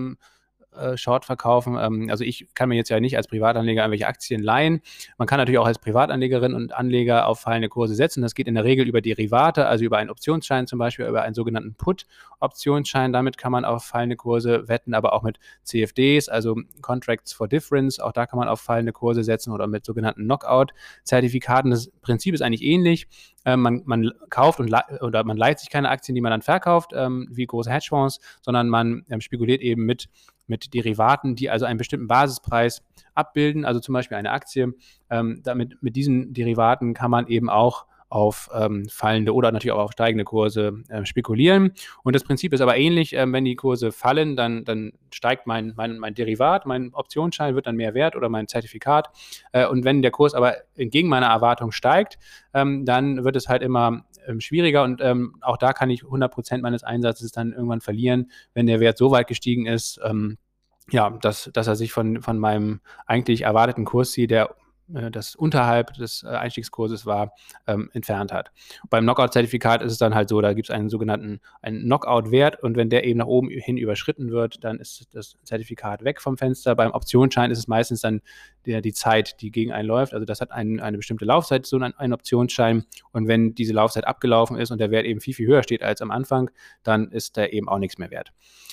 verkaufen? Also ich kann mir jetzt ja nicht als Privatanleger irgendwelche Aktien leihen. Man kann natürlich auch als Privatanlegerin und Anleger auf fallende Kurse setzen. Das geht in der Regel über Derivate, also über einen Optionsschein zum Beispiel, über einen sogenannten Put-Optionsschein. Damit kann man auf fallende Kurse wetten, aber auch mit CFDs, also Contracts for Difference. Auch da kann man auf fallende Kurse setzen oder mit sogenannten Knockout-Zertifikaten. Das Prinzip ist eigentlich ähnlich. Man kauft oder man leiht sich keine Aktien, die man dann verkauft, wie große Hedgefonds, sondern man spekuliert eben mit Derivaten, die also einen bestimmten Basispreis abbilden, also zum Beispiel eine Aktie. Mit diesen Derivaten kann man eben auch auf fallende oder natürlich auch auf steigende Kurse spekulieren. Und das Prinzip ist aber ähnlich. Wenn die Kurse fallen, dann steigt mein Derivat, mein Optionsschein wird dann mehr wert oder mein Zertifikat. Und wenn der Kurs aber entgegen meiner Erwartung steigt, dann wird es halt immer schwieriger und auch da kann ich 100% meines Einsatzes dann irgendwann verlieren, wenn der Wert so weit gestiegen ist, dass er sich von meinem eigentlich erwarteten Kursziel, das unterhalb des Einstiegskurses war, entfernt hat. Beim Knockout-Zertifikat ist es dann halt so, da gibt es einen Knockout-Wert und wenn der eben nach oben hin überschritten wird, dann ist das Zertifikat weg vom Fenster. Beim Optionsschein ist es meistens dann die Zeit, die gegen einen läuft. Also das hat eine bestimmte Laufzeit, so ein Optionsschein. Und wenn diese Laufzeit abgelaufen ist und der Wert eben viel, viel höher steht als am Anfang, dann ist der eben auch nichts mehr wert.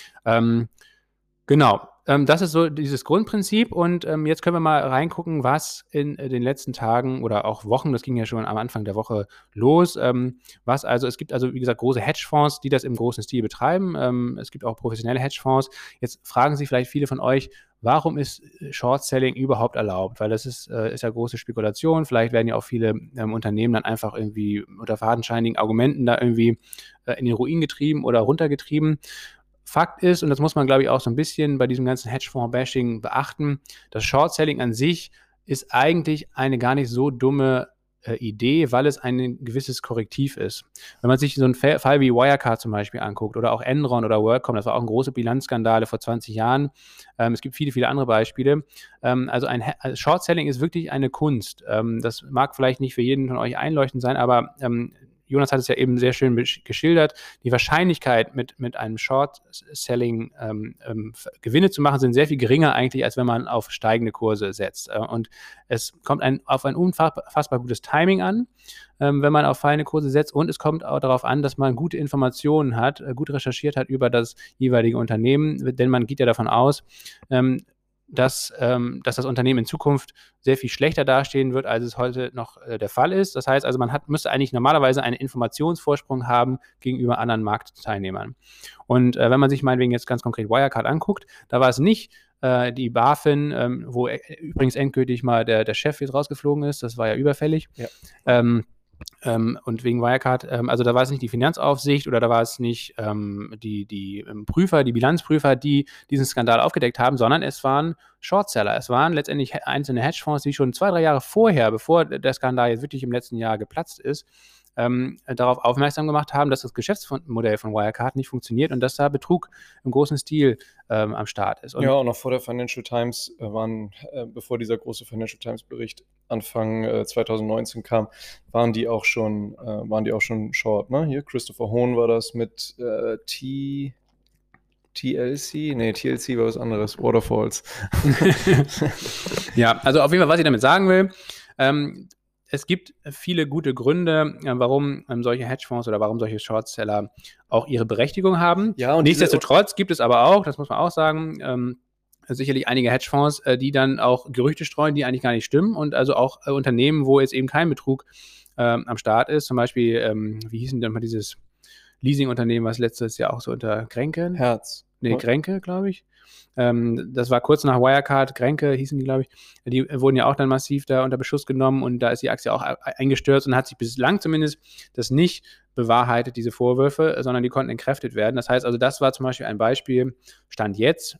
Genau, das ist so dieses Grundprinzip und jetzt können wir mal reingucken, was in den letzten Tagen oder auch Wochen, das ging ja schon am Anfang der Woche los, es gibt also wie gesagt große Hedgefonds, die das im großen Stil betreiben, es gibt auch professionelle Hedgefonds. Jetzt fragen sich vielleicht viele von euch, warum ist Short-Selling überhaupt erlaubt? Weil das ist ja große Spekulation, vielleicht werden ja auch viele Unternehmen dann einfach irgendwie unter fadenscheinigen Argumenten da irgendwie in den Ruin getrieben oder runtergetrieben. Fakt ist, und das muss man, glaube ich, auch so ein bisschen bei diesem ganzen Hedgefonds-Bashing beachten, das Short-Selling an sich ist eigentlich eine gar nicht so dumme Idee, weil es ein gewisses Korrektiv ist. Wenn man sich so einen Fall wie Wirecard zum Beispiel anguckt oder auch Enron oder WorldCom, das war auch ein große Bilanzskandale vor 20 Jahren. Es gibt viele, viele andere Beispiele. Also Short-Selling ist wirklich eine Kunst. Das mag vielleicht nicht für jeden von euch einleuchtend sein, aber Jonas hat es ja eben sehr schön geschildert, die Wahrscheinlichkeit mit einem Short-Selling Gewinne zu machen, sind sehr viel geringer eigentlich, als wenn man auf steigende Kurse setzt. Und es kommt auf ein unfassbar gutes Timing an, wenn man auf fallende Kurse setzt, und es kommt auch darauf an, dass man gute Informationen hat, gut recherchiert hat über das jeweilige Unternehmen, denn man geht ja davon aus, dass das Unternehmen in Zukunft sehr viel schlechter dastehen wird, als es heute noch der Fall ist. Das heißt also, müsste eigentlich normalerweise einen Informationsvorsprung haben gegenüber anderen Marktteilnehmern. Und wenn man sich meinetwegen jetzt ganz konkret Wirecard anguckt, da war es nicht die BaFin, wo übrigens endgültig mal der Chef jetzt rausgeflogen ist, das war ja überfällig. Ja. Und wegen Wirecard, also da war es nicht die Finanzaufsicht oder da war es nicht die Prüfer, die Bilanzprüfer, die diesen Skandal aufgedeckt haben, sondern es waren Shortseller. Es waren letztendlich einzelne Hedgefonds, die schon 2-3 Jahre vorher, bevor der Skandal jetzt wirklich im letzten Jahr geplatzt ist, darauf aufmerksam gemacht haben, dass das Geschäftsmodell von Wirecard nicht funktioniert und dass da Betrug im großen Stil am Start ist. Und ja, und noch vor der Financial Times bevor dieser große Financial Times Bericht Anfang 2019 kam, waren die auch schon short, ne? Hier, Christopher Hohn war das mit TLC? Nee, TLC war was anderes, Waterfalls. Ja, also auf jeden Fall, was ich damit sagen will, es gibt viele gute Gründe, warum solche Hedgefonds oder warum solche Shortseller auch ihre Berechtigung haben. Ja, und nichtsdestotrotz gibt es aber auch, das muss man auch sagen, sicherlich einige Hedgefonds, die dann auch Gerüchte streuen, die eigentlich gar nicht stimmen, und also auch Unternehmen, wo jetzt eben kein Betrug am Start ist. Zum Beispiel, wie hieß denn mal dieses Leasing-Unternehmen, was letztes Jahr auch so unter Grenke? Herz. Nee, Grenke, glaube ich. Das war kurz nach Wirecard, Grenke hießen die, glaube ich. Die wurden ja auch dann massiv da unter Beschuss genommen und da ist die Aktie auch eingestürzt und hat sich bislang zumindest das nicht bewahrheitet, diese Vorwürfe, sondern die konnten entkräftet werden. Das heißt also, das war zum Beispiel ein Beispiel, Stand jetzt,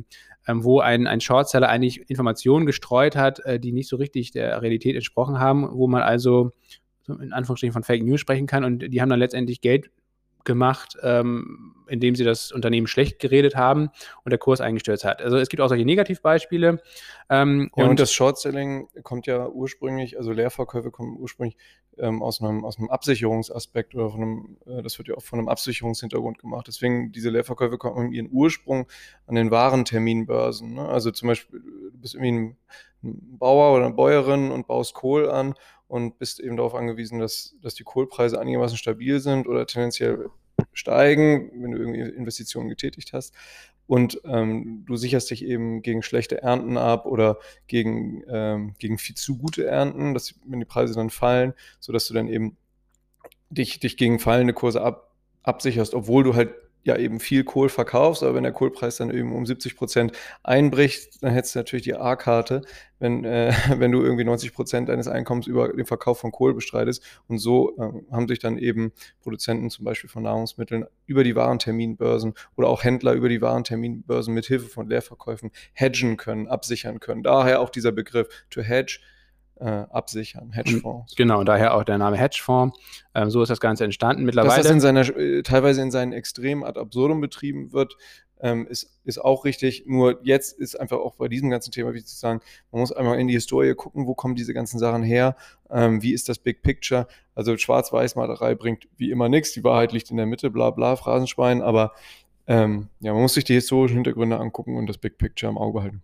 wo ein Shortseller eigentlich Informationen gestreut hat, die nicht so richtig der Realität entsprochen haben, wo man also in Anführungsstrichen von Fake News sprechen kann, und die haben dann letztendlich Geld gemacht, indem sie das Unternehmen schlecht geredet haben und der Kurs eingestürzt hat. Also es gibt auch solche Negativbeispiele. Und das Short-Selling kommt ja ursprünglich, also Leerverkäufe kommen ursprünglich aus einem Absicherungsaspekt oder das wird ja auch von einem Absicherungshintergrund gemacht. Deswegen, diese Leerverkäufe kommen ihren Ursprung an den Warenterminbörsen. Ne? Also zum Beispiel, du bist irgendwie ein Bauer oder eine Bäuerin und baust Kohl an und bist eben darauf angewiesen, dass die Kohlpreise einigermaßen stabil sind oder tendenziell steigen, wenn du irgendwie Investitionen getätigt hast. Und du sicherst dich eben gegen schlechte Ernten ab oder gegen viel zu gute Ernten, wenn die Preise dann fallen, sodass du dann eben dich gegen fallende Kurse absicherst, obwohl du halt ja eben viel Kohl verkaufst, aber wenn der Kohlpreis dann eben um 70% einbricht, dann hättest du natürlich die A-Karte, wenn du irgendwie 90% deines Einkommens über den Verkauf von Kohl bestreitest. Und so haben sich dann eben Produzenten zum Beispiel von Nahrungsmitteln über die Warenterminbörsen oder auch Händler über die Warenterminbörsen mit Hilfe von Leerverkäufen hedgen können, absichern können. Daher auch dieser Begriff to hedge, absichern, Hedgefonds. Genau, daher auch der Name Hedgefonds. So ist das Ganze entstanden mittlerweile. Dass das teilweise in seinen Extremen ad absurdum betrieben wird, ist auch richtig. Nur jetzt ist einfach auch bei diesem ganzen Thema wichtig zu sagen, man muss einmal in die Historie gucken, wo kommen diese ganzen Sachen her, wie ist das Big Picture. Also Schwarz-Weiß-Malerei bringt wie immer nichts, die Wahrheit liegt in der Mitte, bla bla, Phrasenschwein, aber man muss sich die historischen Hintergründe angucken und das Big Picture im Auge behalten.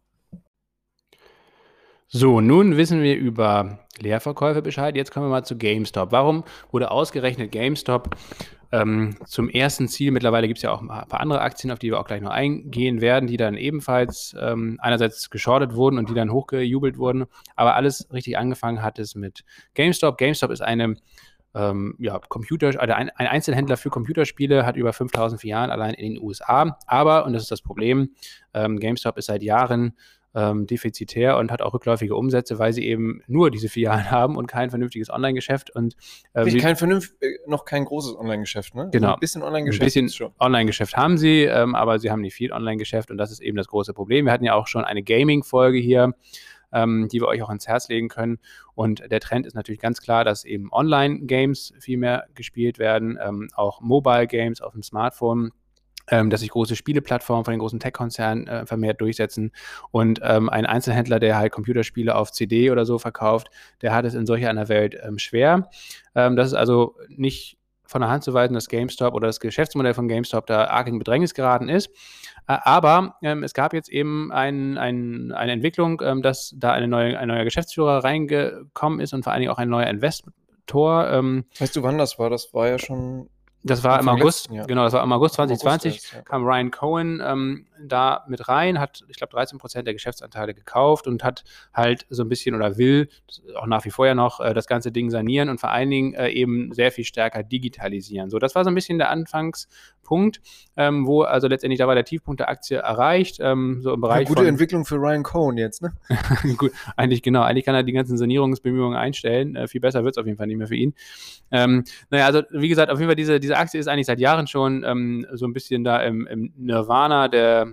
So, nun wissen wir über Leerverkäufe Bescheid. Jetzt kommen wir mal zu GameStop. Warum wurde ausgerechnet GameStop zum ersten Ziel? Mittlerweile gibt es ja auch ein paar andere Aktien, auf die wir auch gleich noch eingehen werden, die dann ebenfalls einerseits geschortet wurden und die dann hochgejubelt wurden. Aber alles richtig angefangen hat es mit GameStop. GameStop ist ein Einzelhändler für Computerspiele, hat über 5.000 Filialen allein in den USA. Aber, und das ist das Problem, GameStop ist seit Jahren defizitär und hat auch rückläufige Umsätze, weil sie eben nur diese Filialen haben und kein vernünftiges Online-Geschäft. Und noch kein großes Online-Geschäft, ne? Genau. Also ein bisschen Online-Geschäft. Ein bisschen Online-Geschäft haben sie, aber sie haben nicht viel Online-Geschäft und das ist eben das große Problem. Wir hatten ja auch schon eine Gaming-Folge hier, die wir euch auch ans Herz legen können. Und der Trend ist natürlich ganz klar, dass eben Online-Games viel mehr gespielt werden, auch Mobile-Games auf dem Smartphone. dass sich große Spieleplattformen von den großen Tech-Konzernen vermehrt durchsetzen. Und ein Einzelhändler, der halt Computerspiele auf CD oder so verkauft, der hat es in solch einer Welt schwer. Das ist also nicht von der Hand zu weisen, dass GameStop oder das Geschäftsmodell von GameStop da arg in Bedrängnis geraten ist. Aber es gab jetzt eben eine Entwicklung, dass da ein neuer Geschäftsführer reingekommen ist und vor allen Dingen auch ein neuer Investor. Weißt du, wann das war? Das war ja schon Das war im Anfang August, letzten Jahr. genau, das war im August Im August 2020, erst, ja. kam Ryan Cohen da mit rein, hat, ich glaube, 13% der Geschäftsanteile gekauft und hat halt so ein bisschen oder will, auch nach wie vor ja noch, das ganze Ding sanieren und vor allen Dingen eben sehr viel stärker digitalisieren. So, das war so ein bisschen der Anfangspunkt, wo also letztendlich, da war der Tiefpunkt der Aktie erreicht, so im Bereich Gute von... Entwicklung für Ryan Cohen jetzt, ne? Gut, eigentlich kann er die ganzen Sanierungsbemühungen einstellen. Viel besser wird es auf jeden Fall nicht mehr für ihn. Naja, also wie gesagt, auf jeden Fall diese Aktie ist eigentlich seit Jahren schon so ein bisschen da im Nirvana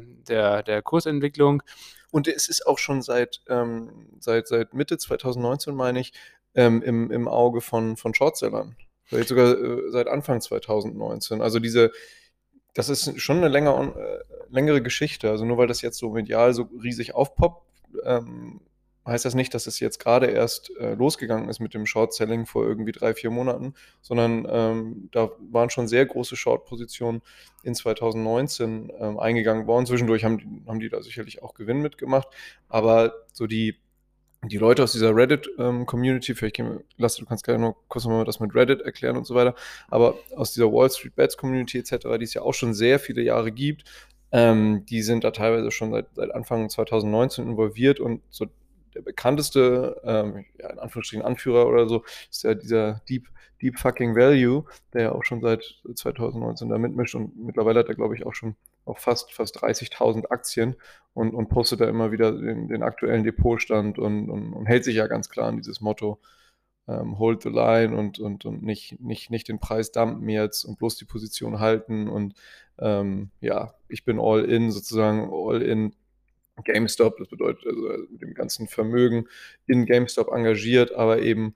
der Kursentwicklung. Und es ist auch schon seit Mitte 2019, meine ich, im Auge von Shortsellern. Vielleicht sogar seit Anfang 2019. Also das ist schon eine längere Geschichte. Also nur weil das jetzt so medial so riesig aufpoppt, heißt das nicht, dass es jetzt gerade erst losgegangen ist mit dem Short-Selling vor irgendwie 3-4 Monaten, sondern da waren schon sehr große Short-Positionen in 2019 eingegangen worden. Zwischendurch haben die da sicherlich auch Gewinn mitgemacht, aber so die Leute aus dieser Reddit-Community, Lasse, du kannst gerne noch kurz nochmal das mit Reddit erklären und so weiter, aber aus dieser Wall Street Bets Community etc., die es ja auch schon sehr viele Jahre gibt, die sind da teilweise schon seit Anfang 2019 involviert und so der bekannteste, in Anführungsstrichen Anführer oder so, ist ja dieser Deep Fucking Value, der ja auch schon seit 2019 da mitmischt und mittlerweile hat er, glaube ich, auch schon auf fast 30.000 Aktien und postet da immer wieder den aktuellen Depotstand und hält sich ja ganz klar an dieses Motto, hold the line und nicht den Preis dumpen jetzt und bloß die Position halten und ich bin all in, sozusagen all in GameStop, das bedeutet also mit dem ganzen Vermögen in GameStop engagiert, aber eben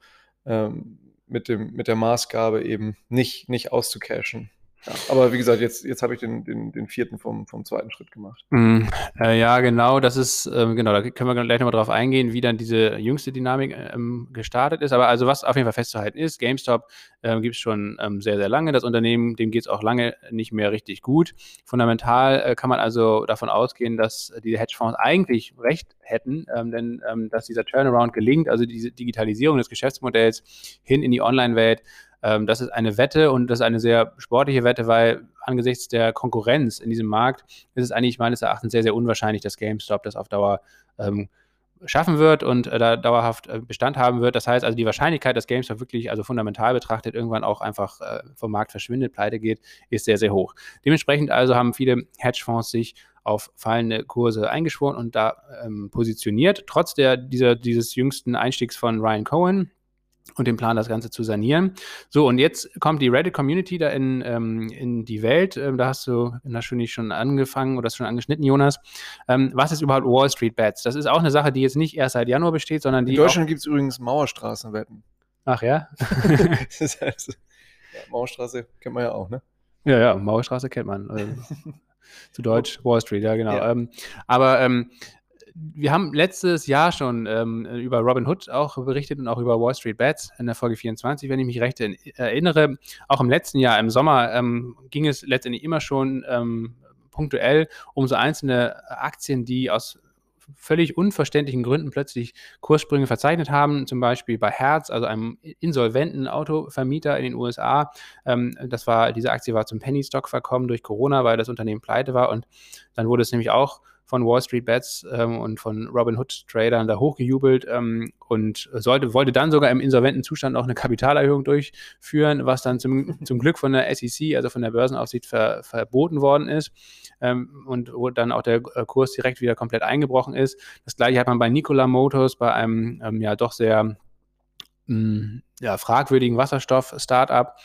mit der Maßgabe eben nicht auszucashen. Ja, aber wie gesagt, jetzt habe ich den vierten vom zweiten Schritt gemacht. Ja, genau, das ist, genau, da können wir gleich nochmal drauf eingehen, wie dann diese jüngste Dynamik gestartet ist. Aber also was auf jeden Fall festzuhalten ist, GameStop gibt es schon sehr, sehr lange. Das Unternehmen, dem geht es auch lange nicht mehr richtig gut. Fundamental kann man also davon ausgehen, dass die Hedgefonds eigentlich recht hätten, denn dass dieser Turnaround gelingt, also diese Digitalisierung des Geschäftsmodells hin in die Online-Welt, das ist eine Wette und das ist eine sehr sportliche Wette, weil angesichts der Konkurrenz in diesem Markt ist es eigentlich meines Erachtens sehr, sehr unwahrscheinlich, dass GameStop das auf Dauer schaffen wird und da dauerhaft Bestand haben wird. Das heißt also, die Wahrscheinlichkeit, dass GameStop wirklich, also fundamental betrachtet, irgendwann auch einfach vom Markt verschwindet, pleite geht, ist sehr, sehr hoch. Dementsprechend also haben viele Hedgefonds sich auf fallende Kurse eingeschworen und da positioniert, trotz dieses jüngsten Einstiegs von Ryan Cohen und dem Plan, das Ganze zu sanieren. So, und jetzt kommt die Reddit-Community da in die Welt. Da hast du natürlich schon angefangen oder schon angeschnitten, Jonas. Was ist überhaupt Wall Street Bets? Das ist auch eine Sache, die jetzt nicht erst seit Januar besteht, sondern die in Deutschland gibt es übrigens Mauerstraßenwetten. Ach ja? Das heißt, Mauerstraße kennt man ja auch, ne? Ja, Mauerstraße kennt man. Zu Deutsch Wall Street, ja genau. Ja. Aber wir haben letztes Jahr schon über Robinhood auch berichtet und auch über Wall Street Bets in der Folge 24, wenn ich mich recht erinnere. Auch im letzten Jahr, im Sommer, ging es letztendlich immer schon punktuell um so einzelne Aktien, die aus völlig unverständlichen Gründen plötzlich Kurssprünge verzeichnet haben, zum Beispiel bei Hertz, also einem insolventen Autovermieter in den USA. Diese Aktie war zum Penny Stock verkommen durch Corona, weil das Unternehmen pleite war und dann wurde es nämlich auch von Wall Street Bets und von Robinhood-Tradern da hochgejubelt und wollte dann sogar im insolventen Zustand auch eine Kapitalerhöhung durchführen, was dann zum Glück von der SEC, also von der Börsenaufsicht, verboten worden ist und wo dann auch der Kurs direkt wieder komplett eingebrochen ist. Das gleiche hat man bei Nikola Motors, bei einem doch sehr fragwürdigen Wasserstoff-Startup.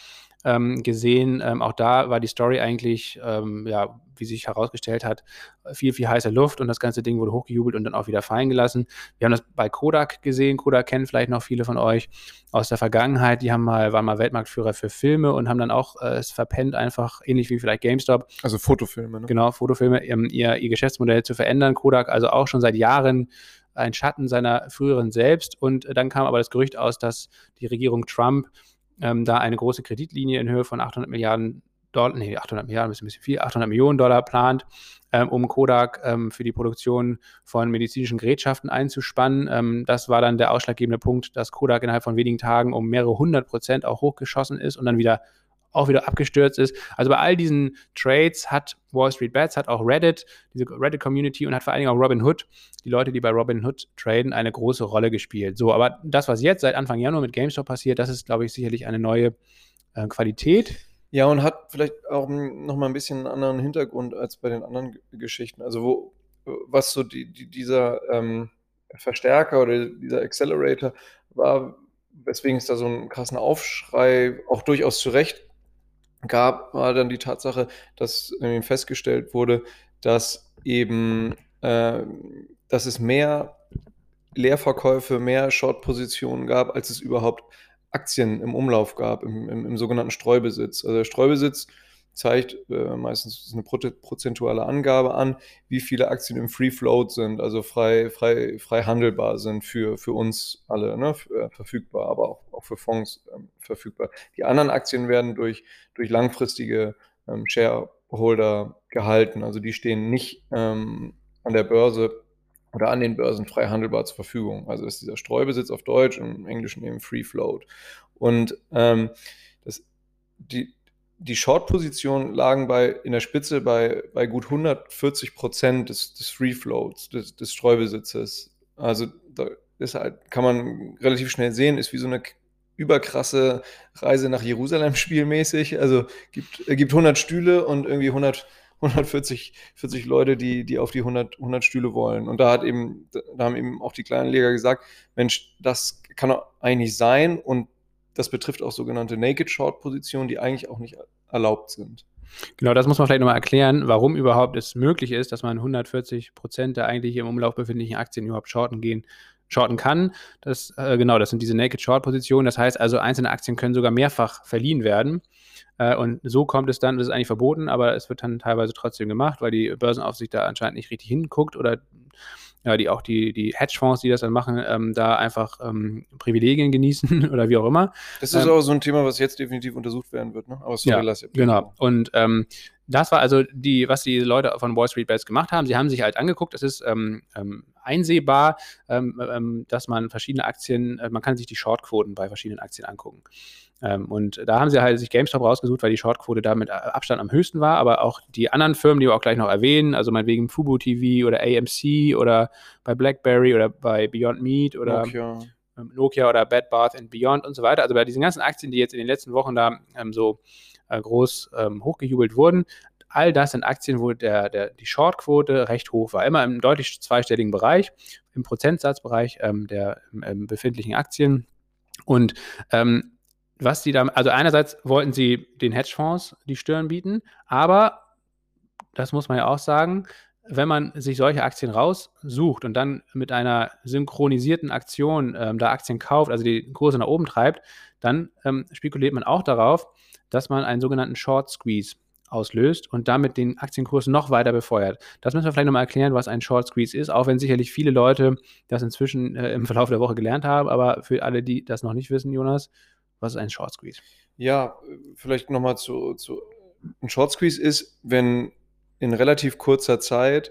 gesehen. Auch da war die Story eigentlich, wie sich herausgestellt hat, viel, viel heißer Luft und das ganze Ding wurde hochgejubelt und dann auch wieder fallen gelassen. Wir haben das bei Kodak gesehen. Kodak kennen vielleicht noch viele von euch aus der Vergangenheit. Die waren mal Weltmarktführer für Filme und haben dann auch es verpennt, einfach ähnlich wie vielleicht GameStop. Also Fotofilme, ne? Genau, Fotofilme, ihr Geschäftsmodell zu verändern. Kodak also auch schon seit Jahren ein Schatten seiner früheren selbst. Und dann kam aber das Gerücht aus, dass die Regierung Trump da eine große Kreditlinie in Höhe von 800 Milliarden $, 800 Milliarden ist ein bisschen viel, 800 Millionen Dollar plant, um Kodak für die Produktion von medizinischen Gerätschaften einzuspannen. Das war dann der ausschlaggebende Punkt, dass Kodak innerhalb von wenigen Tagen um mehrere 100% auch hochgeschossen ist und dann wieder abgestürzt ist. Also bei all diesen Trades hat Wall Street Bets, hat auch Reddit, diese Reddit-Community und hat vor allen Dingen auch Robinhood, die Leute, die bei Robinhood traden, eine große Rolle gespielt. So, aber das, was jetzt seit Anfang Januar mit GameStop passiert, das ist, glaube ich, sicherlich eine neue Qualität. Ja, und hat vielleicht auch nochmal ein bisschen einen anderen Hintergrund als bei den anderen Geschichten. Also was so dieser Verstärker oder dieser Accelerator war, weswegen es da so einen krassen Aufschrei auch durchaus zu Recht gab, war dann die Tatsache, dass festgestellt wurde, dass eben, dass es mehr Leerverkäufe, mehr Short-Positionen gab, als es überhaupt Aktien im Umlauf gab, im sogenannten Streubesitz. Also der Streubesitz zeigt meistens eine prozentuale Angabe an, wie viele Aktien im Free Float sind, also frei handelbar sind für uns alle, ne, verfügbar, aber auch für Fonds verfügbar. Die anderen Aktien werden durch langfristige Shareholder gehalten, also die stehen nicht an der Börse oder an den Börsen frei handelbar zur Verfügung. Also ist dieser Streubesitz auf Deutsch und im Englischen eben Free Float. Und die Short-Positionen lagen in der Spitze bei gut 140% des Free Floats, des Streubesitzes. Also da kann man relativ schnell sehen, ist wie so eine überkrasse Reise nach Jerusalem spielmäßig. Also gibt 100 Stühle und irgendwie 140 Leute, die auf die 100 Stühle wollen. Und da haben eben auch die Kleinanleger gesagt, Mensch, das kann doch eigentlich nicht sein. Und das betrifft auch sogenannte Naked Short Positionen, die eigentlich auch nicht erlaubt sind. Genau, das muss man vielleicht nochmal erklären, warum überhaupt es möglich ist, dass man 140% der eigentlich im Umlauf befindlichen Aktien überhaupt shorten kann. Das sind diese Naked Short Positionen. Das heißt also, einzelne Aktien können sogar mehrfach verliehen werden. Und so kommt es dann, das ist eigentlich verboten, aber es wird dann teilweise trotzdem gemacht, weil die Börsenaufsicht da anscheinend nicht richtig hinguckt oder die Hedgefonds, die das dann machen, da einfach Privilegien genießen oder wie auch immer. Das ist auch so ein Thema, was jetzt definitiv untersucht werden wird, ne? Aber sorry, lass jetzt. Genau. Und das war also was die Leute von Wall Street Bets gemacht haben. Sie haben sich halt angeguckt, es ist einsehbar, dass man verschiedene Aktien, man kann sich die Shortquoten bei verschiedenen Aktien angucken. Und da haben sie halt sich GameStop rausgesucht, weil die Shortquote da mit Abstand am höchsten war, aber auch die anderen Firmen, die wir auch gleich noch erwähnen, also meinetwegen Fubo TV oder AMC oder bei BlackBerry oder bei Beyond Meat oder Nokia oder Bed Bath & Beyond und so weiter. Also bei diesen ganzen Aktien, die jetzt in den letzten Wochen da groß hochgejubelt wurden, all das sind Aktien, wo die Shortquote recht hoch war. Immer im deutlich zweistelligen Bereich, im Prozentsatzbereich der befindlichen Aktien. Und was die da, also einerseits wollten sie den Hedgefonds die Stirn bieten, aber das muss man ja auch sagen, wenn man sich solche Aktien raussucht und dann mit einer synchronisierten Aktion da Aktien kauft, also die Kurse nach oben treibt, dann spekuliert man auch darauf, dass man einen sogenannten Short Squeeze auslöst und damit den Aktienkurs noch weiter befeuert. Das müssen wir vielleicht nochmal erklären, was ein Short Squeeze ist, auch wenn sicherlich viele Leute das inzwischen im Verlauf der Woche gelernt haben, aber für alle, die das noch nicht wissen, Jonas, was ist ein Short Squeeze? Ja, vielleicht nochmal ein Short Squeeze ist, wenn in relativ kurzer Zeit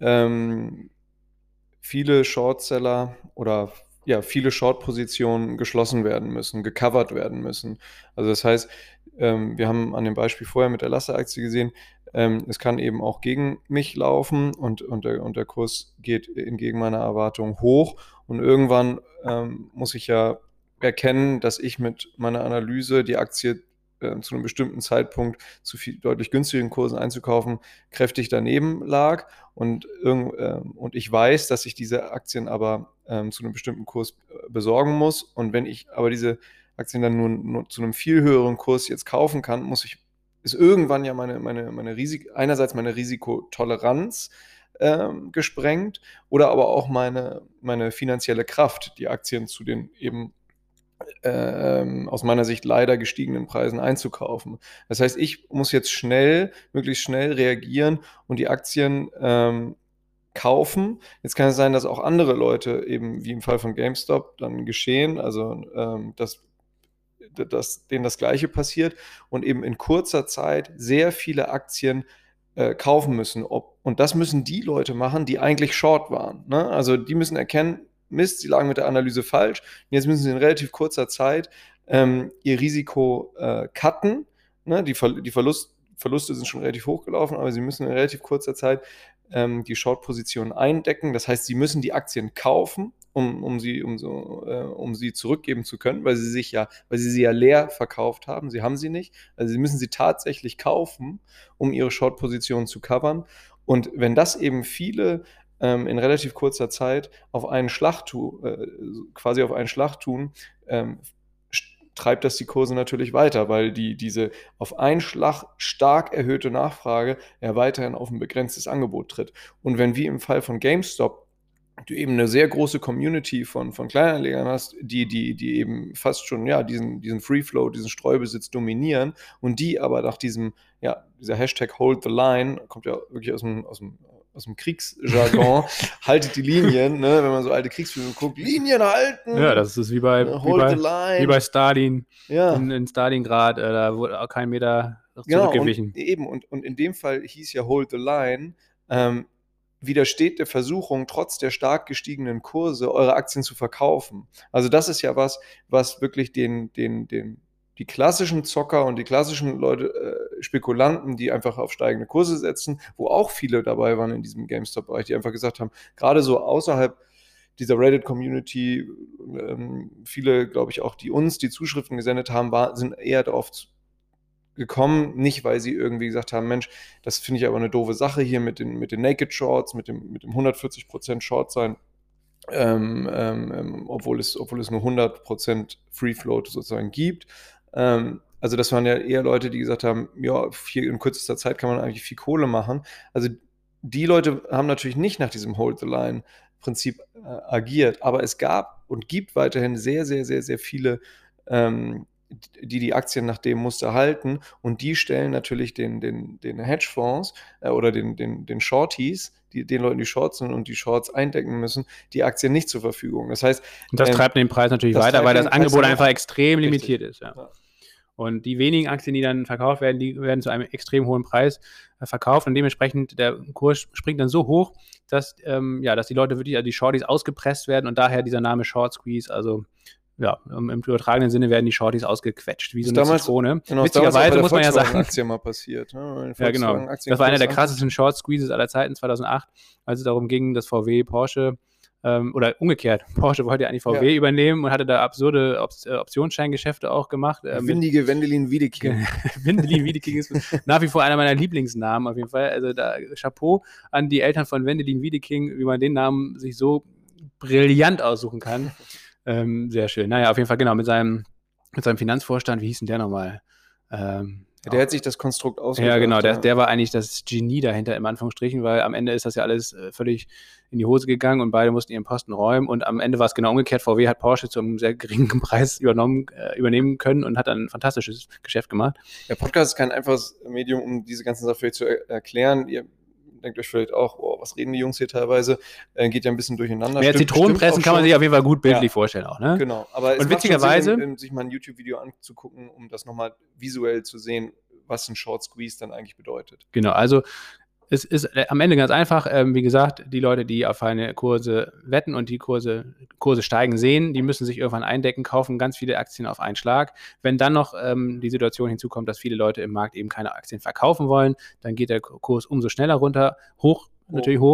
viele Shortseller oder viele Short-Positionen geschlossen werden müssen, gecovert werden müssen. Also das heißt, wir haben an dem Beispiel vorher mit der Lasse-Aktie gesehen, es kann eben auch gegen mich laufen und der Kurs geht entgegen meiner Erwartung hoch und irgendwann muss ich ja erkennen, dass ich mit meiner Analyse die Aktie zu einem bestimmten Zeitpunkt zu deutlich günstigeren Kursen einzukaufen, kräftig daneben lag und ich weiß, dass ich diese Aktien aber zu einem bestimmten Kurs besorgen muss und wenn ich aber diese Aktien dann nur zu einem viel höheren Kurs jetzt kaufen kann, ist irgendwann ja einerseits meine Risikotoleranz gesprengt oder aber auch meine finanzielle Kraft, die Aktien zu den eben aus meiner Sicht leider gestiegenen Preisen einzukaufen. Das heißt, ich muss jetzt möglichst schnell reagieren und die Aktien kaufen. Jetzt kann es sein, dass auch andere Leute eben, wie im Fall von GameStop, dann geschehen, also dass denen das Gleiche passiert und eben in kurzer Zeit sehr viele Aktien kaufen müssen. Und das müssen die Leute machen, die eigentlich short waren. Ne? Also die müssen erkennen, Mist, sie lagen mit der Analyse falsch. Und jetzt müssen sie in relativ kurzer Zeit ihr Risiko cutten. Ne? Die Verluste sind schon relativ hoch gelaufen, aber sie müssen in relativ kurzer Zeit die Short-Positionen eindecken. Das heißt, sie müssen die Aktien kaufen, um sie zurückgeben zu können, weil sie sie ja leer verkauft haben. Sie haben sie nicht. Also sie müssen sie tatsächlich kaufen, um ihre Short-Positionen zu covern. Und wenn das eben viele in relativ kurzer Zeit quasi auf einen Schlag tun, treibt das die Kurse natürlich weiter, weil diese auf einen Schlag stark erhöhte Nachfrage ja weiterhin auf ein begrenztes Angebot tritt. Und wenn wie im Fall von GameStop du eben eine sehr große Community von Kleinanlegern hast, die eben fast schon diesen Free Flow, diesen Streubesitz dominieren und die aber nach dieser Hashtag Hold the Line, kommt ja wirklich aus dem Kriegsjargon, haltet die Linien, ne? Wenn man so alte Kriegsfilme guckt, Linien halten! Ja, das ist wie bei Stalin, in Stalingrad, da wurde auch kein Meter zurückgewichen. Genau, und in dem Fall hieß ja Hold the Line, widersteht der Versuchung, trotz der stark gestiegenen Kurse eure Aktien zu verkaufen. Also das ist ja was wirklich die klassischen Zocker und die klassischen Leute, Spekulanten, die einfach auf steigende Kurse setzen, wo auch viele dabei waren in diesem GameStop-Bereich, die einfach gesagt haben, gerade so außerhalb dieser Reddit-Community, viele, glaube ich, auch, die uns die Zuschriften gesendet haben, sind eher darauf gekommen, nicht weil sie irgendwie gesagt haben, Mensch, das finde ich aber eine doofe Sache hier mit den Naked Shorts, mit dem 140% Short sein, obwohl es nur 100% Free Float sozusagen gibt. Also das waren ja eher Leute, die gesagt haben, ja, in kürzester Zeit kann man eigentlich viel Kohle machen. Also die Leute haben natürlich nicht nach diesem Hold the Line Prinzip agiert, aber es gab und gibt weiterhin sehr, sehr, sehr, sehr viele die Aktien nach dem Muster halten und die stellen natürlich den Hedgefonds oder den Shorties, den Leuten, die Shorts sind und die Shorts eindecken müssen, die Aktien nicht zur Verfügung. Das heißt, und das treibt den Preis natürlich weiter, weil das Angebot einfach extrem limitiert ist. Ja. Und die wenigen Aktien, die dann verkauft werden, die werden zu einem extrem hohen Preis verkauft und dementsprechend der Kurs springt dann so hoch, dass die Leute wirklich, die Shorties ausgepresst werden und daher dieser Name Short Squeeze, also ja, im übertragenen Sinne werden die Shorties ausgequetscht, wie so eine Zitrone. Genau, witzigerweise muss man ja sagen. Aktie mal passiert. Ne? Ja, genau. Das war einer der krassesten Short Squeezes aller Zeiten, 2008, als es darum ging, dass VW Porsche oder umgekehrt, Porsche wollte ja eigentlich VW übernehmen und hatte da absurde Optionsscheingeschäfte auch gemacht. Windige Wendelin Wiedeking. Wendelin Wiedeking ist nach wie vor einer meiner Lieblingsnamen auf jeden Fall. Also da Chapeau an die Eltern von Wendelin Wiedeking, wie man den Namen sich so brillant aussuchen kann. Sehr schön. Naja, auf jeden Fall, genau, mit seinem Finanzvorstand, wie hieß denn der nochmal? Der hat sich das Konstrukt ausgedacht. Ja, genau, der war eigentlich das Genie dahinter, im Anführungsstrichen, weil am Ende ist das ja alles völlig in die Hose gegangen und beide mussten ihren Posten räumen und am Ende war es genau umgekehrt. VW hat Porsche zu einem sehr geringen Preis übernehmen können und hat dann ein fantastisches Geschäft gemacht. Der Podcast ist kein einfaches Medium, um diese ganzen Sachen vielleicht zu erklären. Ihr denkt euch vielleicht auch, was reden die Jungs hier teilweise? Geht ja ein bisschen durcheinander. Ja, Zitronenpressen kann man sich auf jeden Fall gut bildlich vorstellen auch, ne? Genau, aber es witzigerweise macht schon Sinn, sich mal ein YouTube-Video anzugucken, um das nochmal visuell zu sehen, was ein Short Squeeze dann eigentlich bedeutet. Genau, also es ist am Ende ganz einfach, wie gesagt, die Leute, die auf eine Kurse wetten und die Kurse steigen sehen, die müssen sich irgendwann eindecken, kaufen ganz viele Aktien auf einen Schlag. Wenn dann noch die Situation hinzukommt, dass viele Leute im Markt eben keine Aktien verkaufen wollen, dann geht der Kurs umso schneller runter, natürlich hoch.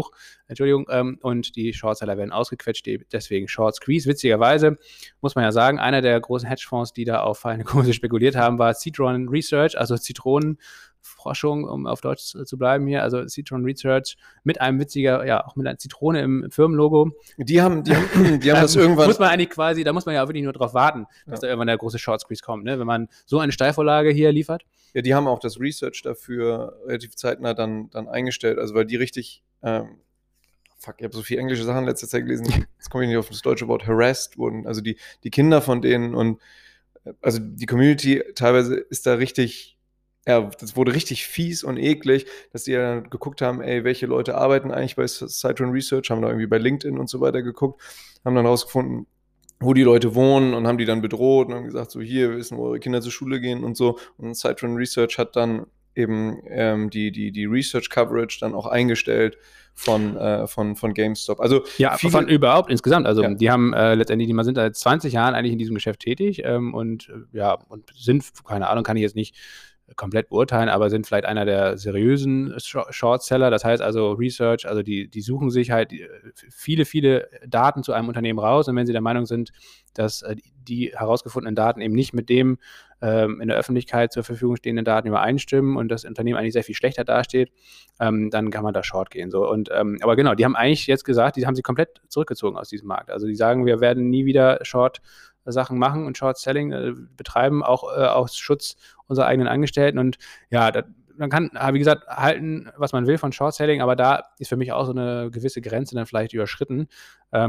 Entschuldigung, und die Shortseller werden ausgequetscht, deswegen Short Squeeze. Witzigerweise muss man ja sagen, einer der großen Hedgefonds, die da auf fallende Kurse spekuliert haben, war Citron Research, also Zitronenforschung, um auf Deutsch zu bleiben hier, also Citron Research mit einem auch mit einer Zitrone im Firmenlogo. Die haben das irgendwann. Muss man eigentlich quasi, da muss man ja wirklich nur drauf warten, dass da irgendwann der große Short Squeeze kommt, ne? Wenn man so eine Steilvorlage hier liefert. Ja, die haben auch das Research dafür relativ zeitnah dann eingestellt, also weil die richtig, ich habe so viel englische Sachen in letzter Zeit gelesen, jetzt komme ich nicht auf das deutsche Wort, harassed wurden, also die Kinder von denen und also die Community teilweise ist da richtig, ja, das wurde richtig fies und eklig, dass die ja geguckt haben, ey, welche Leute arbeiten eigentlich bei Citron Research, haben da irgendwie bei LinkedIn und so weiter geguckt, haben dann rausgefunden, wo die Leute wohnen und haben die dann bedroht und haben gesagt, so hier, wir wissen, wo eure Kinder zur Schule gehen und so. Und Citron Research hat dann eben die Research Coverage dann auch eingestellt von GameStop. Also ja, von überhaupt insgesamt. Also die haben letztendlich, die sind seit 20 Jahren eigentlich in diesem Geschäft tätig und sind, keine Ahnung, kann ich jetzt nicht komplett beurteilen, aber sind vielleicht einer der seriösen Shortseller. Das heißt also Research, also die suchen sich halt viele Daten zu einem Unternehmen raus und wenn sie der Meinung sind, dass die herausgefundenen Daten eben nicht mit dem in der Öffentlichkeit zur Verfügung stehenden Daten übereinstimmen und das Unternehmen eigentlich sehr viel schlechter dasteht, dann kann man da Short gehen. So. Und, aber genau, die haben eigentlich jetzt gesagt, die haben sich komplett zurückgezogen aus diesem Markt. Also die sagen, wir werden nie wieder Short-Sachen machen und Short-Selling betreiben, auch aus Schutz unserer eigenen Angestellten. Und ja, man kann, wie gesagt, halten, was man will von Short-Selling, aber da ist für mich auch so eine gewisse Grenze dann vielleicht überschritten. Der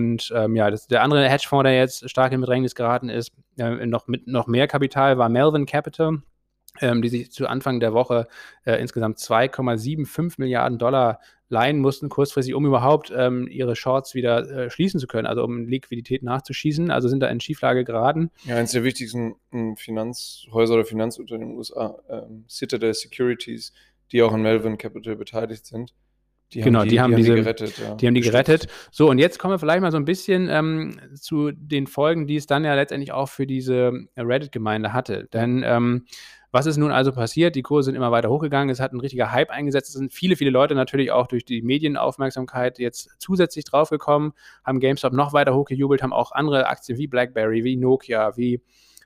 andere Hedgefonds, der jetzt stark in Bedrängnis geraten ist, mit noch mehr Kapital, war Melvin Capital, die sich zu Anfang der Woche insgesamt 2,75 Milliarden Dollar leihen mussten, kurzfristig, um überhaupt ihre Shorts wieder schließen zu können, also um Liquidität nachzuschießen, also sind da in Schieflage geraten. Ja, eines der wichtigsten Finanzhäuser oder Finanzunternehmen in den USA, Citadel Securities, die auch an Melvin Capital beteiligt sind. Die haben die gerettet. Ja. Die haben die gerettet. So, und jetzt kommen wir vielleicht mal so ein bisschen zu den Folgen, die es dann ja letztendlich auch für diese Reddit-Gemeinde hatte. Denn was ist nun also passiert? Die Kurse sind immer weiter hochgegangen, es hat ein richtiger Hype eingesetzt, es sind viele Leute natürlich auch durch die Medienaufmerksamkeit jetzt zusätzlich draufgekommen, haben GameStop noch weiter hochgejubelt, haben auch andere Aktien wie BlackBerry, wie Nokia, wie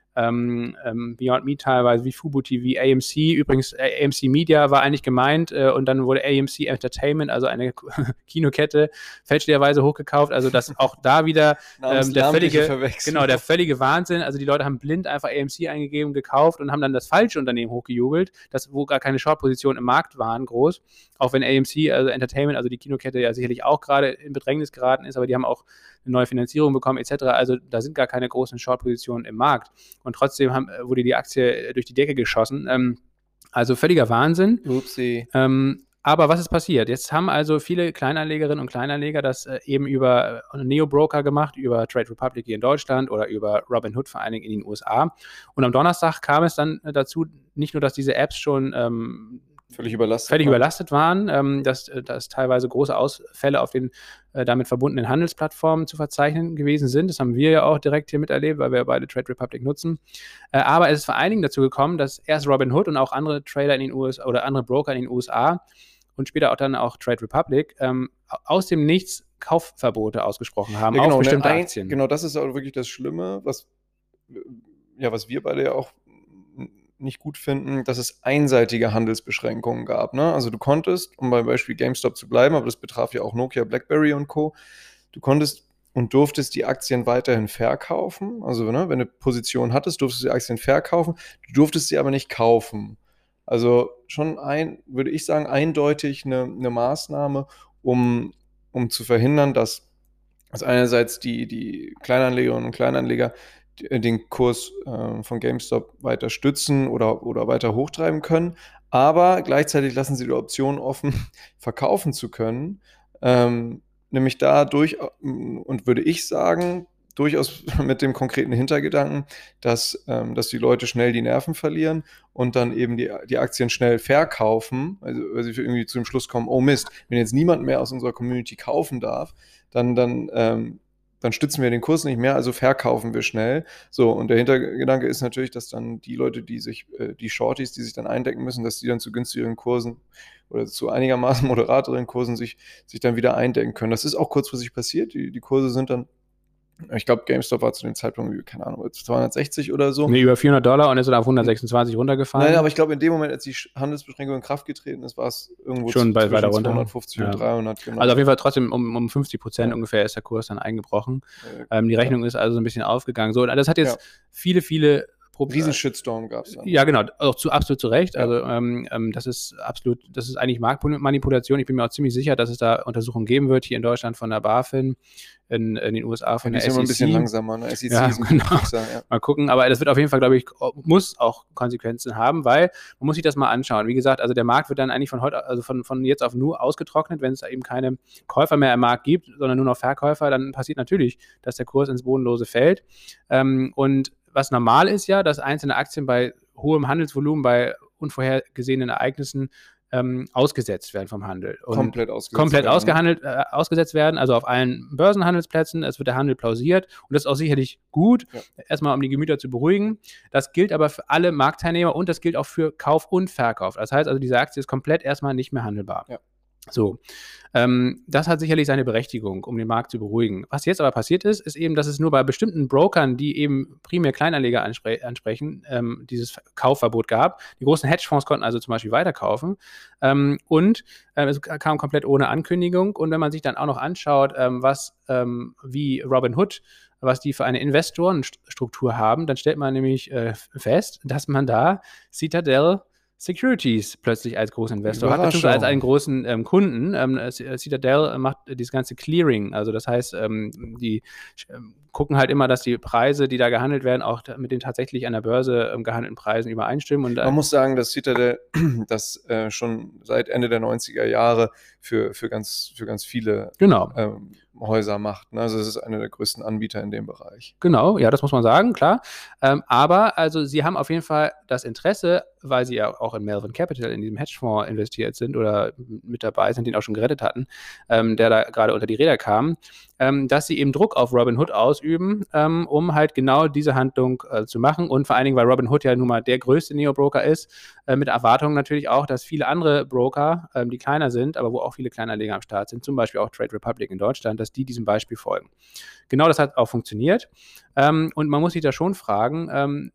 Beyond Meat teilweise, wie Fubuti, wie AMC. Übrigens, AMC Media war eigentlich gemeint und dann wurde AMC Entertainment, also eine Kinokette, fälschlicherweise hochgekauft. Also das auch da wieder der völlige Wahnsinn. Also die Leute haben blind einfach AMC eingegeben, gekauft und haben dann das falsche Unternehmen hochgejubelt, wo gar keine Short-Positionen im Markt waren, groß. Auch wenn AMC, also Entertainment, also die Kinokette ja sicherlich auch gerade in Bedrängnis geraten ist, aber die haben auch eine neue Finanzierung bekommen etc. Also da sind gar keine großen Short-Positionen im Markt. Und trotzdem wurde die Aktie durch die Decke geschossen. Also völliger Wahnsinn. Upsi. Aber was ist passiert? Jetzt haben also viele Kleinanlegerinnen und Kleinanleger das eben über Neo-Broker gemacht, über Trade Republic hier in Deutschland oder über Robinhood vor allen Dingen in den USA. Und am Donnerstag kam es dann dazu, nicht nur, dass diese Apps schon völlig überlastet waren, dass teilweise große Ausfälle auf den damit verbundenen Handelsplattformen zu verzeichnen gewesen sind. Das haben wir ja auch direkt hier miterlebt, weil wir beide Trade Republic nutzen. Aber es ist vor allen Dingen dazu gekommen, dass erst Robinhood und auch andere Trader in den USA oder andere Broker in den USA und später auch dann auch Trade Republic aus dem Nichts Kaufverbote ausgesprochen haben auf bestimmte Aktien. Genau, das ist auch wirklich das Schlimme, was wir beide ja auch nicht gut finden, dass es einseitige Handelsbeschränkungen gab. Ne? Also du konntest, um beim Beispiel GameStop zu bleiben, aber das betraf ja auch Nokia, BlackBerry und Co., du konntest und durftest die Aktien weiterhin verkaufen. Also wenn du eine Position hattest, durftest du die Aktien verkaufen, du durftest sie aber nicht kaufen. Also schon würde ich sagen, eindeutig eine Maßnahme, um zu verhindern, dass einerseits die Kleinanlegerinnen und Kleinanleger den Kurs von GameStop weiter stützen oder weiter hochtreiben können, aber gleichzeitig lassen sie die Option offen, verkaufen zu können, nämlich dadurch, und würde ich sagen, durchaus mit dem konkreten Hintergedanken, dass die Leute schnell die Nerven verlieren und dann eben die Aktien schnell verkaufen, also weil sie irgendwie zu dem Schluss kommen, oh Mist, wenn jetzt niemand mehr aus unserer Community kaufen darf, dann dann stützen wir den Kurs nicht mehr, also verkaufen wir schnell. So, und der Hintergedanke ist natürlich, dass dann die Leute, die Shorties, die sich dann eindecken müssen, dass die dann zu günstigeren Kursen oder zu einigermaßen moderateren Kursen sich dann wieder eindecken können. Das ist auch kurzfristig passiert. Die Kurse sind dann, ich glaube, GameStop war zu dem Zeitpunkt, keine Ahnung, 260 oder so. Nee, über $400 und ist dann auf 126 runtergefallen. Nein, aber ich glaube, in dem Moment, als die Handelsbeschränkung in Kraft getreten ist, war es irgendwo schon bei weiter runter. 250 und 300. Genau. Also auf jeden Fall trotzdem um 50% ungefähr ist der Kurs dann eingebrochen. Die Rechnung ist also so ein bisschen aufgegangen. So, und das hat jetzt viele Riesen-Shitstorm gab es. Ja, genau, auch absolut zu Recht. Also das ist eigentlich Marktmanipulation. Ich bin mir auch ziemlich sicher, dass es da Untersuchungen geben wird, hier in Deutschland von der BaFin, in den USA von der SEC. Die sind immer ein bisschen langsamer, ne? SEC ja, genau. Mal gucken, aber das wird auf jeden Fall, glaube ich, muss auch Konsequenzen haben, weil man muss sich das mal anschauen. Wie gesagt, also der Markt wird dann eigentlich von heute, also von jetzt auf nur ausgetrocknet, wenn es eben keine Käufer mehr im Markt gibt, sondern nur noch Verkäufer, dann passiert natürlich, dass der Kurs ins Bodenlose fällt. Und was normal ist ja, dass einzelne Aktien bei hohem Handelsvolumen, bei unvorhergesehenen Ereignissen ausgesetzt werden vom Handel. Und komplett ausgesetzt werden, also auf allen Börsenhandelsplätzen. Es wird der Handel pausiert und das ist auch sicherlich gut, erstmal um die Gemüter zu beruhigen. Das gilt aber für alle Marktteilnehmer und das gilt auch für Kauf und Verkauf. Das heißt also, diese Aktie ist komplett erstmal nicht mehr handelbar. Ja. So, das hat sicherlich seine Berechtigung, um den Markt zu beruhigen. Was jetzt aber passiert ist eben, dass es nur bei bestimmten Brokern, die eben primär Kleinanleger ansprechen, dieses Kaufverbot gab. Die großen Hedgefonds konnten also zum Beispiel weiterkaufen und es kam komplett ohne Ankündigung. Und wenn man sich dann auch noch anschaut, wie Robinhood, was die für eine Investorenstruktur haben, dann stellt man nämlich fest, dass man da Citadel Securities plötzlich als Großinvestor hat, beziehungsweise als einen großen Kunden. Citadel macht dieses ganze Clearing, also das heißt, die gucken halt immer, dass die Preise, die da gehandelt werden, auch mit den tatsächlich an der Börse gehandelten Preisen übereinstimmen. Und man muss sagen, dass Citadel das schon seit Ende der 90er Jahre für ganz viele Häuser macht. Ne? Also es ist einer der größten Anbieter in dem Bereich. Genau, ja, das muss man sagen, klar. Aber also sie haben auf jeden Fall das Interesse, weil sie ja auch in Melvin Capital, in diesem Hedgefonds investiert sind oder mit dabei sind, den auch schon gerettet hatten, der da gerade unter die Räder kam, dass sie eben Druck auf Robinhood ausüben, um halt genau diese Handlung zu machen und vor allen Dingen, weil Robinhood ja nun mal der größte Neo-Broker ist, mit Erwartungen natürlich auch, dass viele andere Broker, die kleiner sind, aber wo auch viele Kleinanleger am Start sind, zum Beispiel auch Trade Republic in Deutschland, dass die diesem Beispiel folgen. Genau das hat auch funktioniert und man muss sich da schon fragen,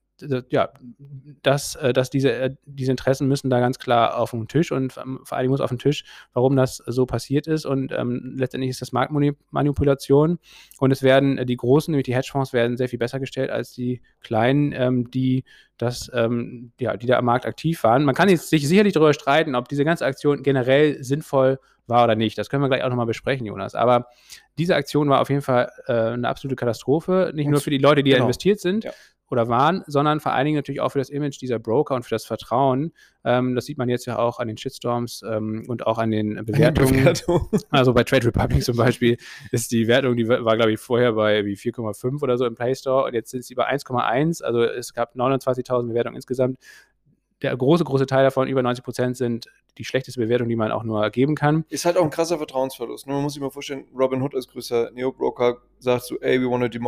dass diese Interessen müssen da ganz klar auf den Tisch und vor allen Dingen muss auf den Tisch, warum das so passiert ist und letztendlich ist das Marktmanipulation und es werden die Großen, nämlich die Hedgefonds, werden sehr viel besser gestellt als die Kleinen, die da am Markt aktiv waren. Man kann jetzt sich sicherlich darüber streiten, ob diese ganze Aktion generell sinnvoll war oder nicht. Das können wir gleich auch nochmal besprechen, Jonas. Aber diese Aktion war auf jeden Fall eine absolute Katastrophe, nicht nur für die Leute, die da investiert sind, oder waren, sondern vor allen Dingen natürlich auch für das Image dieser Broker und für das Vertrauen. Das sieht man jetzt ja auch an den Shitstorms und auch an den Bewertungen. Also bei Trade Republic zum Beispiel ist die Wertung, die war, glaube ich, vorher bei wie 4,5 oder so im Play Store und jetzt sind sie bei 1,1. Also es gab 29.000 Bewertungen insgesamt. Der große Teil davon, über 90%, sind die schlechteste Bewertung, die man auch nur geben kann. Ist halt auch ein krasser Vertrauensverlust. Man muss sich mal vorstellen, Robinhood als größter Neo-Broker sagt so, ey, we want to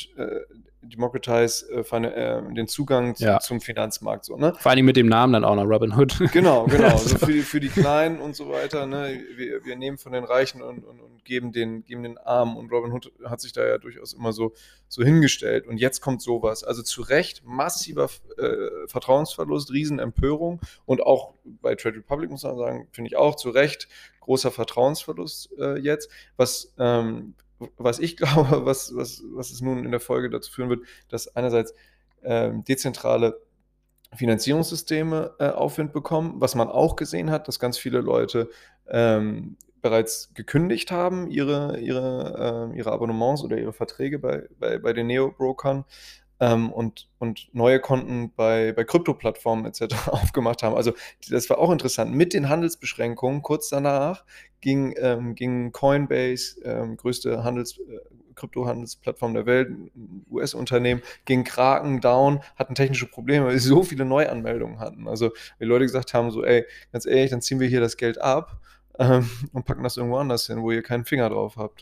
democratize den Zugang zum Finanzmarkt. So, ne? Vor allem mit dem Namen dann auch noch, Robinhood. Genau. Also für die Kleinen und so weiter. Ne? Wir nehmen von den Reichen und geben den Armen. Und Robinhood hat sich da ja durchaus immer so hingestellt. Und jetzt kommt sowas. Also zu Recht massiver Vertrauensverlust, Riesenempörung. Und auch bei Trade Republic muss man sagen, finde ich auch zu Recht großer Vertrauensverlust jetzt. Was ich glaube, was es nun in der Folge dazu führen wird, dass einerseits dezentrale Finanzierungssysteme Aufwind bekommen, was man auch gesehen hat, dass ganz viele Leute bereits gekündigt haben, ihre Abonnements oder ihre Verträge bei den Neo-Brokern und neue Konten bei Krypto-Plattformen etc. aufgemacht haben. Also das war auch interessant. Mit den Handelsbeschränkungen kurz danach ging Coinbase, größte Krypto-Handelsplattform der Welt, US-Unternehmen, ging Kraken down, hatten technische Probleme, weil sie so viele Neuanmeldungen hatten. Also die Leute gesagt haben, so ey, ganz ehrlich, dann ziehen wir hier das Geld ab und packen das irgendwo anders hin, wo ihr keinen Finger drauf habt.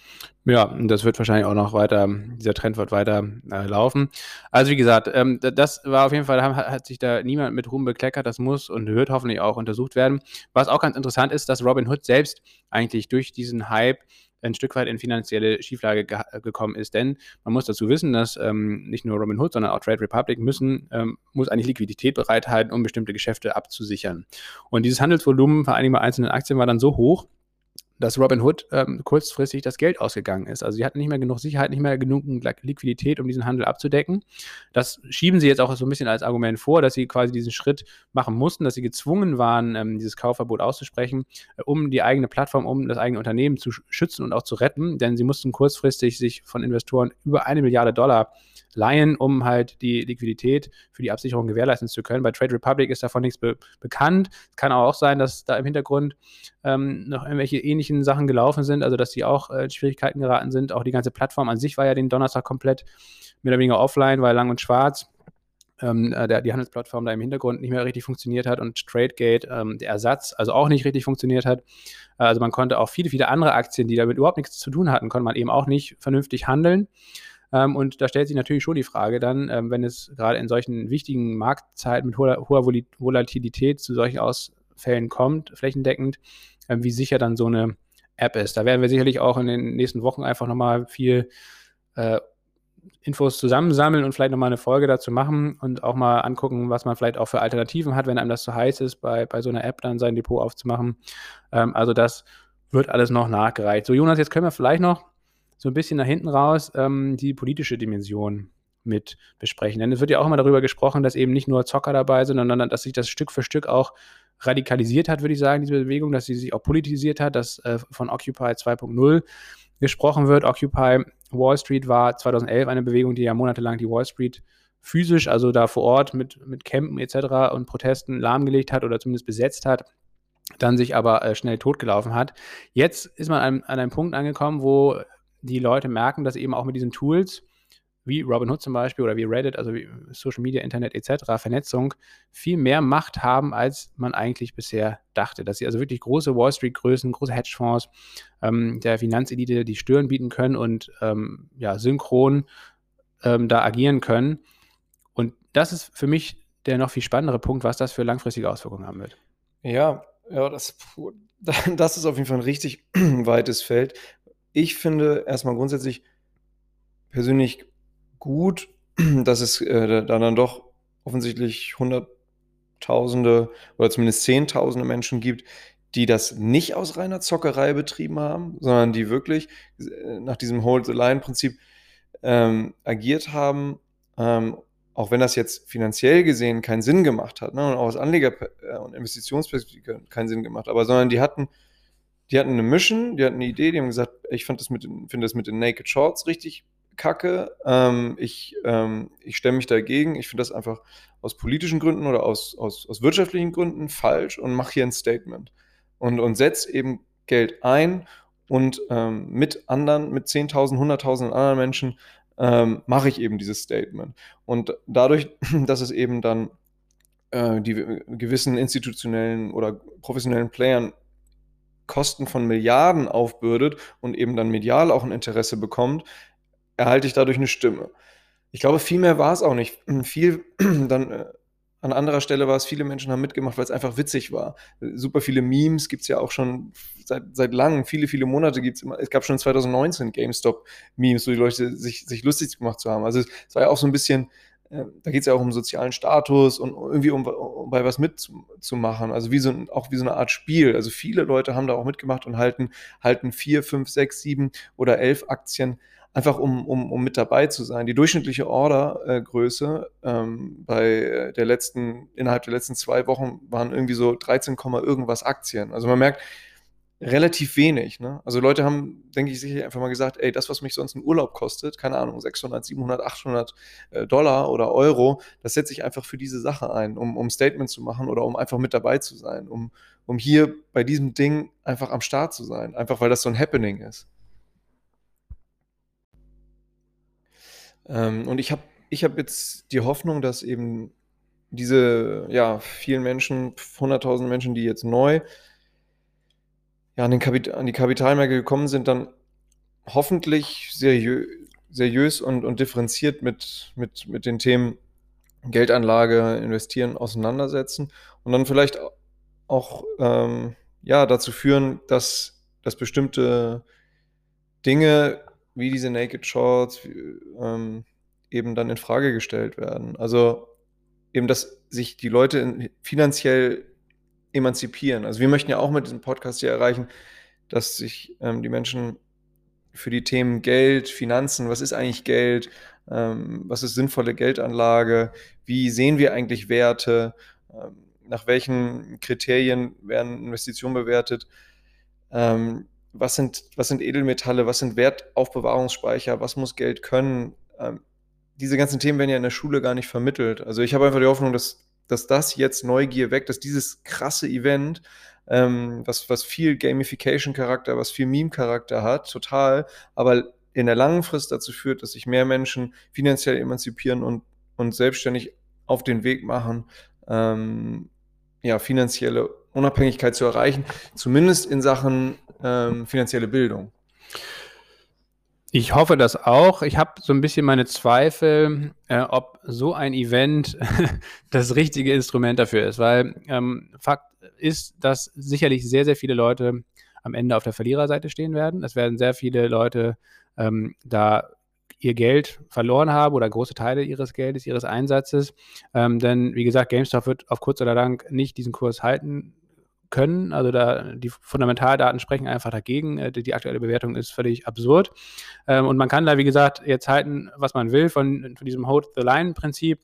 Ja, und das wird wahrscheinlich auch noch weiter, dieser Trend wird weiter laufen. Also wie gesagt, das war auf jeden Fall, hat sich da niemand mit Ruhm bekleckert, das muss und wird hoffentlich auch untersucht werden. Was auch ganz interessant ist, dass Robinhood selbst eigentlich durch diesen Hype ein Stück weit in finanzielle Schieflage gekommen ist, denn man muss dazu wissen, dass nicht nur Robinhood, sondern auch Trade Republic muss eigentlich Liquidität bereithalten, um bestimmte Geschäfte abzusichern. Und dieses Handelsvolumen für einige einzelne Aktien war dann so hoch, dass Robinhood kurzfristig das Geld ausgegangen ist. Also sie hatten nicht mehr genug Sicherheit, nicht mehr genug Liquidität, um diesen Handel abzudecken. Das schieben sie jetzt auch so ein bisschen als Argument vor, dass sie quasi diesen Schritt machen mussten, dass sie gezwungen waren, dieses Kaufverbot auszusprechen, um die eigene Plattform, um das eigene Unternehmen zu schützen und auch zu retten, denn sie mussten kurzfristig sich von Investoren über $1 Milliarde leihen, um halt die Liquidität für die Absicherung gewährleisten zu können. Bei Trade Republic ist davon nichts bekannt. Es kann auch sein, dass da im Hintergrund noch irgendwelche ähnlichen Sachen gelaufen sind, also dass die auch in Schwierigkeiten geraten sind. Auch die ganze Plattform an sich war ja den Donnerstag komplett mehr oder weniger offline, weil Lang und Schwarz, die Handelsplattform da im Hintergrund nicht mehr richtig funktioniert hat und TradeGate, der Ersatz, also auch nicht richtig funktioniert hat. Also man konnte auch viele, viele andere Aktien, die damit überhaupt nichts zu tun hatten, konnte man eben auch nicht vernünftig handeln. Und da stellt sich natürlich schon die Frage dann, wenn es gerade in solchen wichtigen Marktzeiten mit hoher Volatilität zu solchen Ausfällen kommt, flächendeckend, wie sicher dann so eine App ist. Da werden wir sicherlich auch in den nächsten Wochen einfach nochmal viel Infos zusammensammeln und vielleicht nochmal eine Folge dazu machen und auch mal angucken, was man vielleicht auch für Alternativen hat, wenn einem das zu heiß ist, bei so einer App dann sein Depot aufzumachen. Also das wird alles noch nachgereicht. So, Jonas, jetzt können wir vielleicht noch so ein bisschen nach hinten raus die politische Dimension mit besprechen. Denn es wird ja auch immer darüber gesprochen, dass eben nicht nur Zocker dabei sind, sondern dass sich das Stück für Stück auch radikalisiert hat, würde ich sagen, diese Bewegung, dass sie sich auch politisiert hat, dass von Occupy 2.0 gesprochen wird. Occupy Wall Street war 2011 eine Bewegung, die ja monatelang die Wall Street physisch, also da vor Ort mit Campen etc. und Protesten lahmgelegt hat oder zumindest besetzt hat, dann sich aber schnell totgelaufen hat. Jetzt ist man an einem Punkt angekommen, wo die Leute merken, dass eben auch mit diesen Tools wie Robinhood zum Beispiel oder wie Reddit, also wie Social Media, Internet etc., Vernetzung, viel mehr Macht haben, als man eigentlich bisher dachte. Dass sie also wirklich große Wall Street-Größen, große Hedgefonds der Finanzelite die Stirn bieten können und synchron da agieren können. Und das ist für mich der noch viel spannendere Punkt, was das für langfristige Auswirkungen haben wird. Ja, das ist auf jeden Fall ein richtig weites Feld. Ich finde erstmal grundsätzlich persönlich gut, dass es dann doch offensichtlich Hunderttausende oder zumindest Zehntausende Menschen gibt, die das nicht aus reiner Zockerei betrieben haben, sondern die wirklich nach diesem Hold-the-Line-Prinzip agiert haben, auch wenn das jetzt finanziell gesehen keinen Sinn gemacht hat, ne, und auch aus Anleger- und Investitionsperspektive keinen Sinn gemacht, aber sondern die hatten eine Mission, die hatten eine Idee, die haben gesagt, ich finde das mit den Naked Shorts richtig kacke, ich stemme mich dagegen, ich finde das einfach aus politischen Gründen oder aus wirtschaftlichen Gründen falsch und mache hier ein Statement und setze eben Geld ein und mit 10.000, 100.000 anderen Menschen mache ich eben dieses Statement. Und dadurch, dass es eben dann die gewissen institutionellen oder professionellen Playern Kosten von Milliarden aufbürdet und eben dann medial auch ein Interesse bekommt, erhalte ich dadurch eine Stimme. Ich glaube, viel mehr war es auch nicht. Viel dann an anderer Stelle war es, viele Menschen haben mitgemacht, weil es einfach witzig war. Super viele Memes gibt es ja auch schon seit langem, viele, viele Monate gibt es immer. Es gab schon 2019 GameStop-Memes, wo die Leute sich lustig gemacht zu haben. Also es war ja auch so ein bisschen, da geht es ja auch um sozialen Status und irgendwie um bei was mitzumachen. Also auch wie so eine Art Spiel. Also viele Leute haben da auch mitgemacht und halten 4, 5, 6, 7 oder 11 Aktien, einfach um mit dabei zu sein. Die durchschnittliche Ordergröße innerhalb der letzten 2 Wochen waren irgendwie so 13, irgendwas Aktien. Also man merkt relativ wenig. Ne? Also Leute haben, denke ich, sicher einfach mal gesagt, ey, das, was mich sonst ein Urlaub kostet, keine Ahnung, 600, 700, 800 Dollar oder Euro, das setze ich einfach für diese Sache ein, um Statement zu machen oder um einfach mit dabei zu sein, um hier bei diesem Ding einfach am Start zu sein, einfach weil das so ein Happening ist. Und ich hab jetzt die Hoffnung, dass eben diese vielen Menschen, 100.000 Menschen, die jetzt neu an die Kapitalmärkte gekommen sind, dann hoffentlich seriös und differenziert mit den Themen Geldanlage, Investieren auseinandersetzen und dann vielleicht auch dazu führen, dass bestimmte Dinge wie diese Naked Shorts eben dann in Frage gestellt werden. Also eben, dass sich die Leute finanziell emanzipieren. Also wir möchten ja auch mit diesem Podcast hier erreichen, dass sich die Menschen für die Themen Geld, Finanzen, was ist eigentlich Geld, was ist sinnvolle Geldanlage, wie sehen wir eigentlich Werte, nach welchen Kriterien werden Investitionen bewertet, was sind Edelmetalle, was sind Wertaufbewahrungsspeicher, was muss Geld können. Diese ganzen Themen werden ja in der Schule gar nicht vermittelt. Also ich habe einfach die Hoffnung, dass das jetzt Neugier weckt, dass dieses krasse Event, was viel Gamification-Charakter, was viel Meme-Charakter hat, total, aber in der langen Frist dazu führt, dass sich mehr Menschen finanziell emanzipieren und selbstständig auf den Weg machen, finanzielle Unabhängigkeit zu erreichen, zumindest in Sachen finanzielle Bildung. Ich hoffe das auch. Ich habe so ein bisschen meine Zweifel, ob so ein Event das richtige Instrument dafür ist, weil Fakt ist, dass sicherlich sehr, sehr viele Leute am Ende auf der Verliererseite stehen werden. Es werden sehr viele Leute da ihr Geld verloren haben oder große Teile ihres Geldes, ihres Einsatzes. Denn wie gesagt, GameStop wird auf kurz oder lang nicht diesen Kurs halten können. Also die Fundamentaldaten sprechen einfach dagegen. Die aktuelle Bewertung ist völlig absurd. Und man kann da, wie gesagt, jetzt halten, was man will von diesem Hold-the-Line-Prinzip.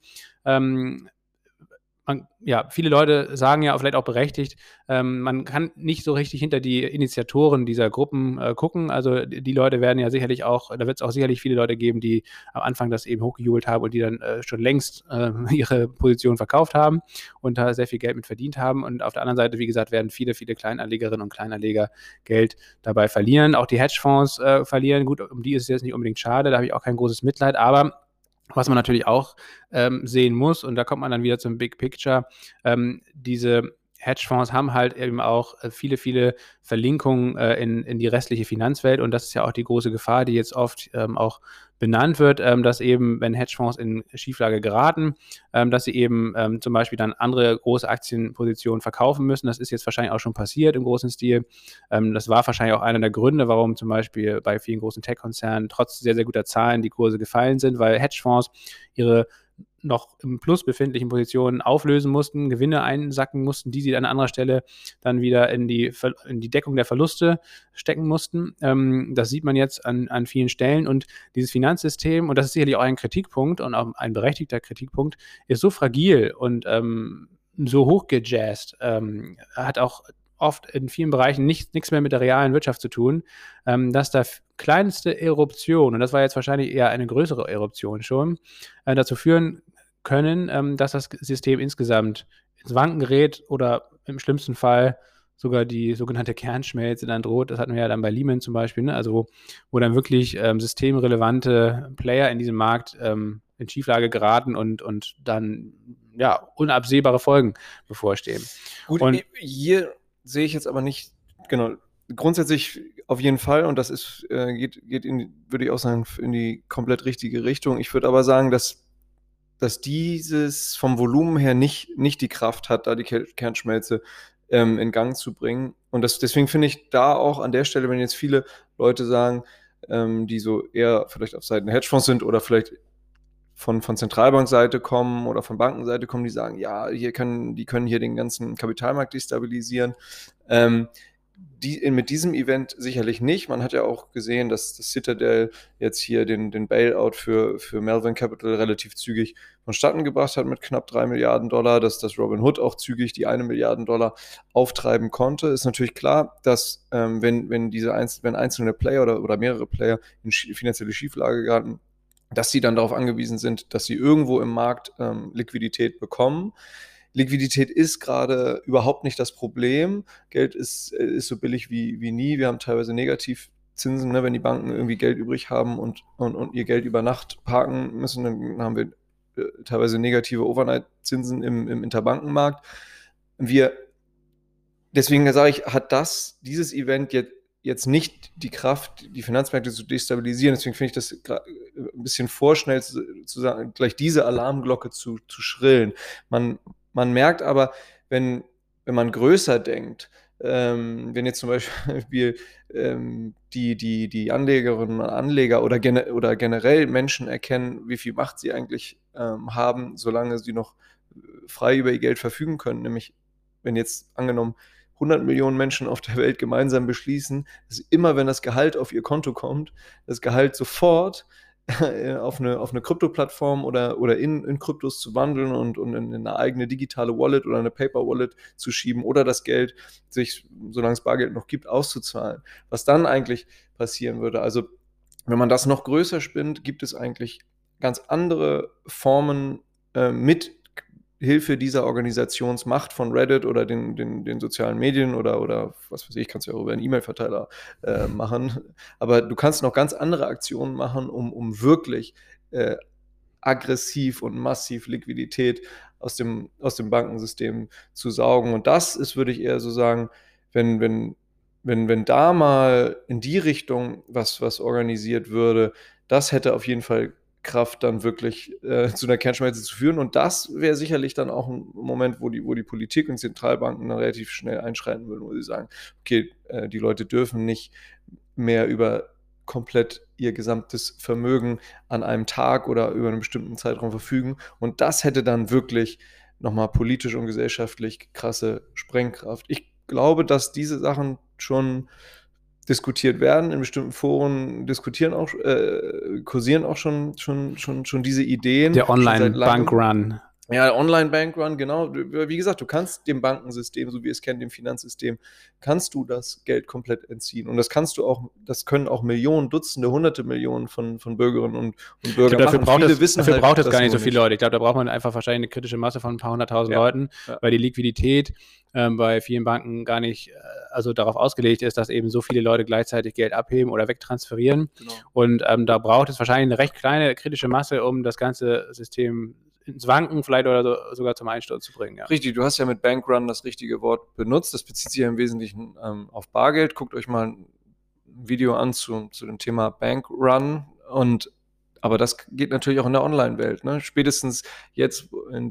Viele Leute sagen ja vielleicht auch berechtigt, man kann nicht so richtig hinter die Initiatoren dieser Gruppen gucken. Also die Leute werden ja sicherlich auch, da wird es auch sicherlich viele Leute geben, die am Anfang das eben hochgejubelt haben und die dann schon längst ihre Position verkauft haben und da sehr viel Geld mit verdient haben. Und auf der anderen Seite, wie gesagt, werden viele, viele Kleinanlegerinnen und Kleinanleger Geld dabei verlieren. Auch die Hedgefonds verlieren. Gut, um die ist es jetzt nicht unbedingt schade, da habe ich auch kein großes Mitleid, aber was man natürlich auch sehen muss, und da kommt man dann wieder zum Big Picture, diese Hedgefonds haben halt eben auch viele, viele Verlinkungen in die restliche Finanzwelt und das ist ja auch die große Gefahr, die jetzt oft auch benannt wird, dass eben, wenn Hedgefonds in Schieflage geraten, dass sie eben zum Beispiel dann andere große Aktienpositionen verkaufen müssen. Das ist jetzt wahrscheinlich auch schon passiert im großen Stil. Das war wahrscheinlich auch einer der Gründe, warum zum Beispiel bei vielen großen Tech-Konzernen trotz sehr, sehr guter Zahlen die Kurse gefallen sind, weil Hedgefonds ihre noch im Plus befindlichen Positionen auflösen mussten, Gewinne einsacken mussten, die sie an anderer Stelle dann wieder in die Deckung der Verluste stecken mussten. Das sieht man jetzt an vielen Stellen und dieses Finanzsystem, und das ist sicherlich auch ein Kritikpunkt und auch ein berechtigter Kritikpunkt, ist so fragil und so hochgejazzt, hat auch oft in vielen Bereichen nichts mehr mit der realen Wirtschaft zu tun, dass da kleinste Eruption, und das war jetzt wahrscheinlich eher eine größere Eruption schon, dazu führen können, dass das System insgesamt ins Wanken gerät oder im schlimmsten Fall sogar die sogenannte Kernschmelze dann droht. Das hatten wir ja dann bei Lehman zum Beispiel, ne? Also wo dann wirklich systemrelevante Player in diesem Markt in Schieflage geraten und dann unabsehbare Folgen bevorstehen. Gut, und hier sehe ich jetzt aber nicht, genau, grundsätzlich auf jeden Fall, und das ist, würde ich auch sagen, in die komplett richtige Richtung. Ich würde aber sagen, dass dieses vom Volumen her nicht die Kraft hat, da die Kernschmelze in Gang zu bringen. Und deswegen finde ich da auch an der Stelle, wenn jetzt viele Leute sagen, die so eher vielleicht auf Seiten der Hedgefonds sind oder vielleicht von Zentralbankseite kommen oder von Bankenseite kommen, die sagen, ja, die können hier den ganzen Kapitalmarkt destabilisieren. Mit diesem Event sicherlich nicht. Man hat ja auch gesehen, dass das Citadel jetzt hier den Bailout für Melvin Capital relativ zügig vonstatten gebracht hat mit knapp 3 Milliarden $, dass das Robinhood auch zügig die 1 Milliarden $, auftreiben konnte. Ist natürlich klar, dass wenn einzelne Player oder mehrere Player in finanzielle Schieflage geraten, dass sie dann darauf angewiesen sind, dass sie irgendwo im Markt Liquidität bekommen. Liquidität ist gerade überhaupt nicht das Problem. Geld ist so billig wie nie. Wir haben teilweise Negativzinsen, ne? Wenn die Banken irgendwie Geld übrig haben und ihr Geld über Nacht parken müssen, dann haben wir teilweise negative Overnight-Zinsen im Interbankenmarkt. Deswegen sage ich, hat dieses Event jetzt jetzt nicht die Kraft, die Finanzmärkte zu destabilisieren. Deswegen finde ich das ein bisschen vorschnell zu sagen, gleich diese Alarmglocke zu schrillen. Man merkt aber, wenn man größer denkt, wenn jetzt zum Beispiel die Anlegerinnen und Anleger oder generell Menschen erkennen, wie viel Macht sie eigentlich haben, solange sie noch frei über ihr Geld verfügen können, nämlich wenn jetzt angenommen 100 Millionen Menschen auf der Welt gemeinsam beschließen, dass immer, wenn das Gehalt auf ihr Konto kommt, das Gehalt sofort auf eine Krypto-Plattform oder in Kryptos zu wandeln und in eine eigene digitale Wallet oder eine Paper-Wallet zu schieben oder das Geld sich, solange es Bargeld noch gibt, auszuzahlen. Was dann eigentlich passieren würde, also wenn man das noch größer spinnt, gibt es eigentlich ganz andere Formen mit Hilfe dieser Organisationsmacht von Reddit oder den sozialen Medien oder was weiß ich, kannst du ja auch über einen E-Mail-Verteiler machen. Aber du kannst noch ganz andere Aktionen machen, um wirklich aggressiv und massiv Liquidität aus dem Bankensystem zu saugen. Und das ist, würde ich eher so sagen, wenn da mal in die Richtung was organisiert würde, das hätte auf jeden Fall Kraft, dann wirklich zu einer Kernschmelze zu führen. Und das wäre sicherlich dann auch ein Moment, wo die Politik und Zentralbanken dann relativ schnell einschreiten würden, wo sie sagen, okay, die Leute dürfen nicht mehr über komplett ihr gesamtes Vermögen an einem Tag oder über einen bestimmten Zeitraum verfügen. Und das hätte dann wirklich nochmal politisch und gesellschaftlich krasse Sprengkraft. Ich glaube, dass diese Sachen schon diskutiert werden, in bestimmten Foren kursieren auch schon diese Ideen. Der Online-Bankrun. Ja, Online-Bankrun, genau. Wie gesagt, du kannst dem Bankensystem, so wie es kennt, dem Finanzsystem, kannst du das Geld komplett entziehen. Und das können auch Millionen, Dutzende, Hunderte Millionen von Bürgerinnen und Bürgern dafür machen. Dafür braucht es gar nicht so viele Leute. Ich glaube, da braucht man einfach wahrscheinlich eine kritische Masse von ein paar hunderttausend Leuten, weil die Liquidität bei vielen Banken gar nicht darauf ausgelegt ist, dass eben so viele Leute gleichzeitig Geld abheben oder wegtransferieren. Genau. Und da braucht es wahrscheinlich eine recht kleine kritische Masse, um das ganze System ins Wanken vielleicht oder sogar zum Einsturz zu bringen. Ja. Richtig, du hast ja mit Bankrun das richtige Wort benutzt. Das bezieht sich ja im Wesentlichen auf Bargeld. Guckt euch mal ein Video an zu dem Thema Bankrun. Aber das geht natürlich auch in der Online-Welt. Ne? Spätestens jetzt mit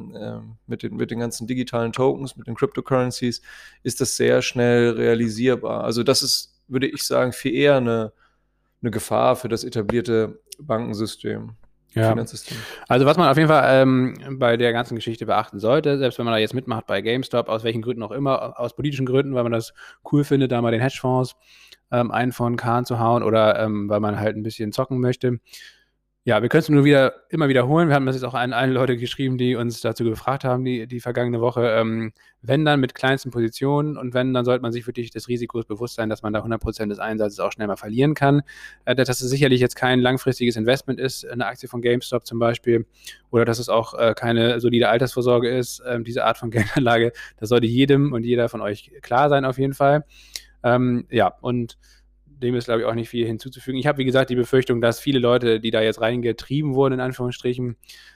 den ganzen digitalen Tokens, mit den Cryptocurrencies, ist das sehr schnell realisierbar. Also das ist, würde ich sagen, viel eher eine Gefahr für das etablierte Bankensystem. Ja. Also was man auf jeden Fall bei der ganzen Geschichte beachten sollte, selbst wenn man da jetzt mitmacht bei GameStop, aus welchen Gründen auch immer, aus politischen Gründen, weil man das cool findet, da mal den Hedgefonds einen von Kahn zu hauen oder weil man halt ein bisschen zocken möchte. Ja, wir können es nur immer wiederholen. Wir haben das jetzt auch an allen Leute geschrieben, die uns dazu gefragt haben, die vergangene Woche. Wenn dann mit kleinsten Positionen und dann sollte man sich wirklich des Risikos bewusst sein, dass man da 100% des Einsatzes auch schnell mal verlieren kann. Dass es sicherlich jetzt kein langfristiges Investment ist, eine Aktie von GameStop zum Beispiel, oder dass es auch keine solide Altersvorsorge ist, diese Art von Geldanlage. Das sollte jedem und jeder von euch klar sein auf jeden Fall. Und dem ist, glaube ich, auch nicht viel hinzuzufügen. Ich habe, wie gesagt, die Befürchtung, dass viele Leute, die da jetzt reingetrieben wurden, in Anführungsstrichen,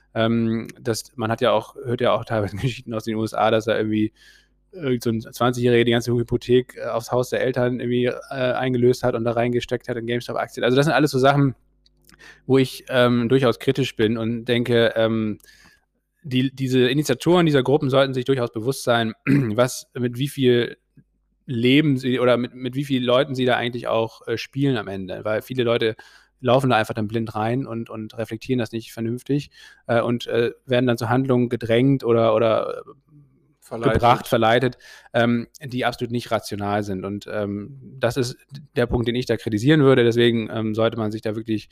hört ja auch teilweise Geschichten aus den USA, dass da irgendwie so ein 20-Jähriger die ganze Hypothek aufs Haus der Eltern irgendwie eingelöst hat und da reingesteckt hat in GameStop-Aktien. Also das sind alles so Sachen, wo ich durchaus kritisch bin und denke, diese Initiatoren dieser Gruppen sollten sich durchaus bewusst sein, mit wie viel Leben sie oder mit wie vielen Leuten sie da eigentlich auch spielen am Ende, weil viele Leute laufen da einfach dann blind rein und reflektieren das nicht vernünftig und werden dann zu Handlungen gedrängt oder verleitet, die absolut nicht rational sind. Und das ist der Punkt, den ich da kritisieren würde. Deswegen sollte man sich da wirklich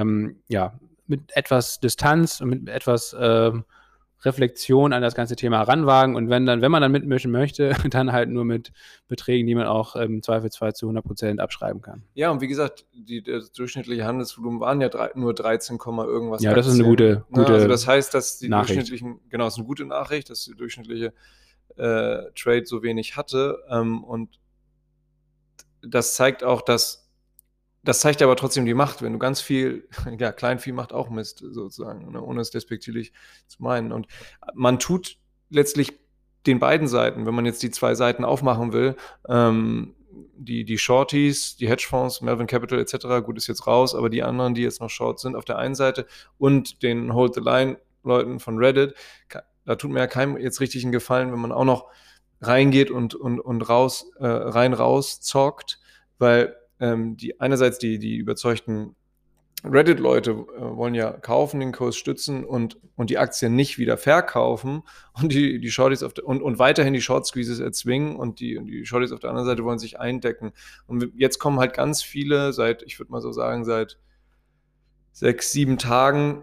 mit etwas Distanz und mit etwas Reflexion an das ganze Thema ranwagen und wenn man dann mitmischen möchte, dann halt nur mit Beträgen, die man auch im Zweifelsfall zu 100% abschreiben kann. Ja, und wie gesagt, das durchschnittliche Handelsvolumen waren ja nur 13, irgendwas. Ja, das ist eine gute also das heißt, dass die Nachricht. Genau, das ist eine gute Nachricht, dass die durchschnittliche Trade so wenig hatte und das zeigt auch, das zeigt aber trotzdem die Macht, wenn du ganz viel, Kleinvieh macht auch Mist, sozusagen, ne, ohne es despektierlich zu meinen. Und man tut letztlich den beiden Seiten, wenn man jetzt die zwei Seiten aufmachen will, die Shorties, die Hedgefonds, Melvin Capital etc., gut, ist jetzt raus, aber die anderen, die jetzt noch Short sind auf der einen Seite und den Hold the Line Leuten von Reddit, da tut mir ja keinem jetzt richtig einen Gefallen, wenn man auch noch reingeht und raus zockt, weil die einerseits die überzeugten Reddit-Leute wollen ja kaufen, den Kurs stützen und die Aktien nicht wieder verkaufen und die Shorties und weiterhin die Short-Squeezes erzwingen und die Shorties auf der anderen Seite wollen sich eindecken. Und jetzt kommen halt ganz viele ich würde mal so sagen, seit 6, 7 Tagen,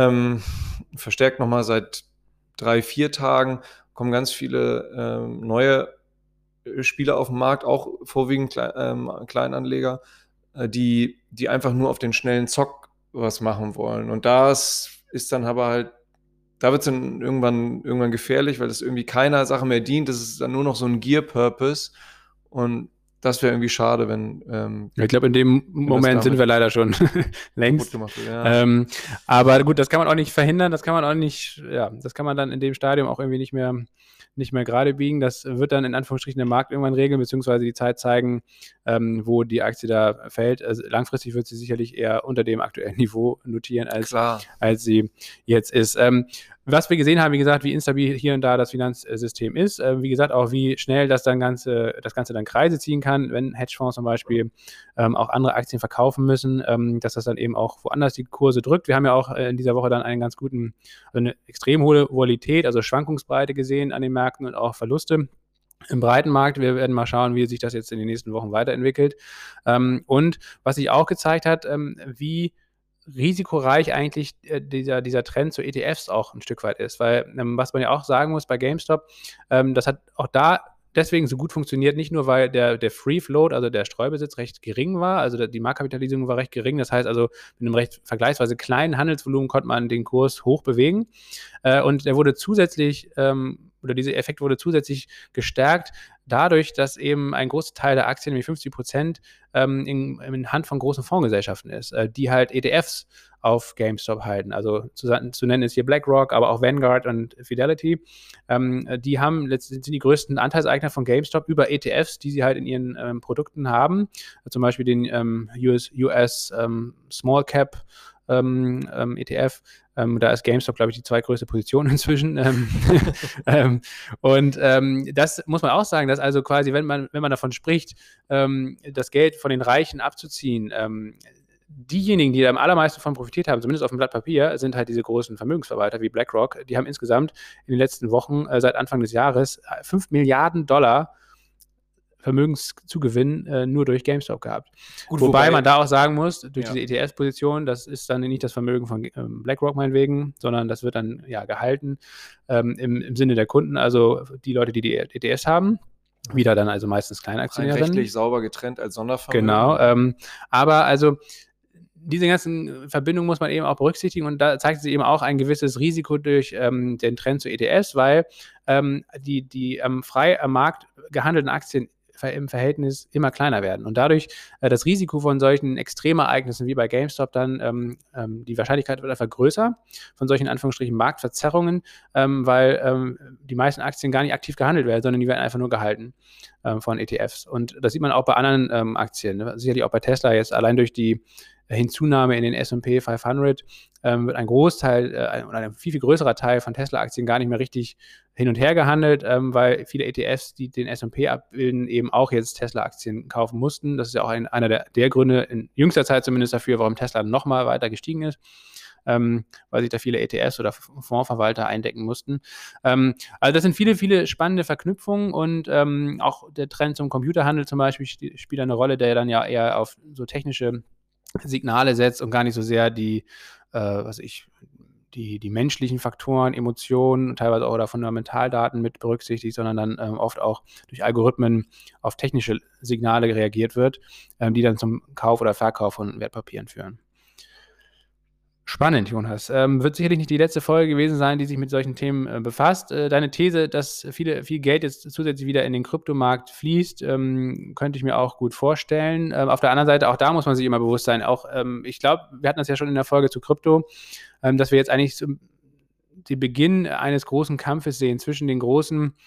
verstärkt nochmal seit 3, 4 Tagen, kommen ganz viele neue Spieler auf den Markt, auch vorwiegend Kleinanleger, die einfach nur auf den schnellen Zock was machen wollen. Und das ist dann aber halt, da wird es dann irgendwann gefährlich, weil das irgendwie keiner Sache mehr dient. Das ist dann nur noch so ein Gear-Purpose. Und das wäre irgendwie schade, wenn ich glaube, in dem Moment sind wir leider schon längst. Gemacht wird, ja. Aber gut, das kann man auch nicht verhindern, das kann man dann in dem Stadium auch irgendwie nicht mehr gerade biegen. Das wird dann in Anführungsstrichen der Markt irgendwann regeln, beziehungsweise die Zeit zeigen, wo die Aktie da fällt. Also langfristig wird sie sicherlich eher unter dem aktuellen Niveau notieren, als sie jetzt ist. Was wir gesehen haben, wie gesagt, wie instabil hier und da das Finanzsystem ist, wie gesagt, auch wie schnell das Ganze dann Kreise ziehen kann, wenn Hedgefonds zum Beispiel auch andere Aktien verkaufen müssen, dass das dann eben auch woanders die Kurse drückt. Wir haben ja auch in dieser Woche dann eine extrem hohe Volatilität, also Schwankungsbreite gesehen an den Märkten und auch Verluste im breiten Markt. Wir werden mal schauen, wie sich das jetzt in den nächsten Wochen weiterentwickelt. Und was sich auch gezeigt hat, wie risikoreich eigentlich dieser Trend zu ETFs auch ein Stück weit ist. Weil, was man ja auch sagen muss bei GameStop, das hat auch da deswegen so gut funktioniert, nicht nur, weil der Free Float, also der Streubesitz, recht gering war, also die Marktkapitalisierung war recht gering, das heißt also mit einem recht vergleichsweise kleinen Handelsvolumen konnte man den Kurs hoch bewegen und der wurde zusätzlich oder dieser Effekt wurde zusätzlich gestärkt dadurch, dass eben ein großer Teil der Aktien, nämlich 50%, in Hand von großen Fondsgesellschaften ist, die halt ETFs auf GameStop halten. Also zu nennen ist hier BlackRock, aber auch Vanguard und Fidelity. Die sind die größten Anteilseigner von GameStop über ETFs, die sie halt in ihren Produkten haben. Zum Beispiel den US Small Cap ETF. Da ist GameStop, glaube ich, die zweitgrößte Position inzwischen. Das muss man auch sagen, dass also quasi, wenn man davon spricht, das Geld von den Reichen abzuziehen, diejenigen, die da am allermeisten davon profitiert haben, zumindest auf dem Blatt Papier, sind halt diese großen Vermögensverwalter wie BlackRock. Die haben insgesamt in den letzten Wochen, seit Anfang des Jahres, $5 Milliarden Vermögenszugewinn nur durch GameStop gehabt. Gut, wobei man da auch sagen muss, durch diese ETF-Position, das ist dann nicht das Vermögen von BlackRock meinetwegen, sondern das wird dann gehalten im Sinne der Kunden, also die Leute, die ETFs haben. Wieder dann also meistens Kleinaktionärinnen. Rechtlich sauber getrennt als Sondervermögen. Genau, aber also diese ganzen Verbindungen muss man eben auch berücksichtigen und da zeigt sich eben auch ein gewisses Risiko durch den Trend zu ETFs, weil die frei am Markt gehandelten Aktien im Verhältnis immer kleiner werden und dadurch das Risiko von solchen Extremereignissen wie bei GameStop dann die Wahrscheinlichkeit wird einfach größer von solchen in Anführungsstrichen Marktverzerrungen, weil die meisten Aktien gar nicht aktiv gehandelt werden, sondern die werden einfach nur gehalten von ETFs und das sieht man auch bei anderen Aktien, ne? Sicherlich auch bei Tesla jetzt allein durch die Hinzunahme in den S&P 500 wird ein Großteil oder ein viel, viel größerer Teil von Tesla-Aktien gar nicht mehr richtig hin und her gehandelt, weil viele ETFs, die den S&P abbilden, eben auch jetzt Tesla-Aktien kaufen mussten. Das ist ja auch einer der Gründe, in jüngster Zeit zumindest dafür, warum Tesla nochmal weiter gestiegen ist, weil sich da viele ETFs oder Fondsverwalter eindecken mussten. Also das sind viele, viele spannende Verknüpfungen und auch der Trend zum Computerhandel zum Beispiel spielt eine Rolle, der dann ja eher auf so technische Signale setzt und gar nicht so sehr die menschlichen Faktoren, Emotionen, teilweise auch oder Fundamentaldaten mit berücksichtigt, sondern dann oft auch durch Algorithmen auf technische Signale reagiert wird, die dann zum Kauf oder Verkauf von Wertpapieren führen. Spannend, Jonas. Wird sicherlich nicht die letzte Folge gewesen sein, die sich mit solchen Themen befasst. Deine These, dass viel Geld jetzt zusätzlich wieder in den Kryptomarkt fließt, könnte ich mir auch gut vorstellen. Auf der anderen Seite, auch da muss man sich immer bewusst sein. Auch, ich glaube, wir hatten das ja schon in der Folge zu Krypto, dass wir jetzt eigentlich den Beginn eines großen Kampfes sehen zwischen den großen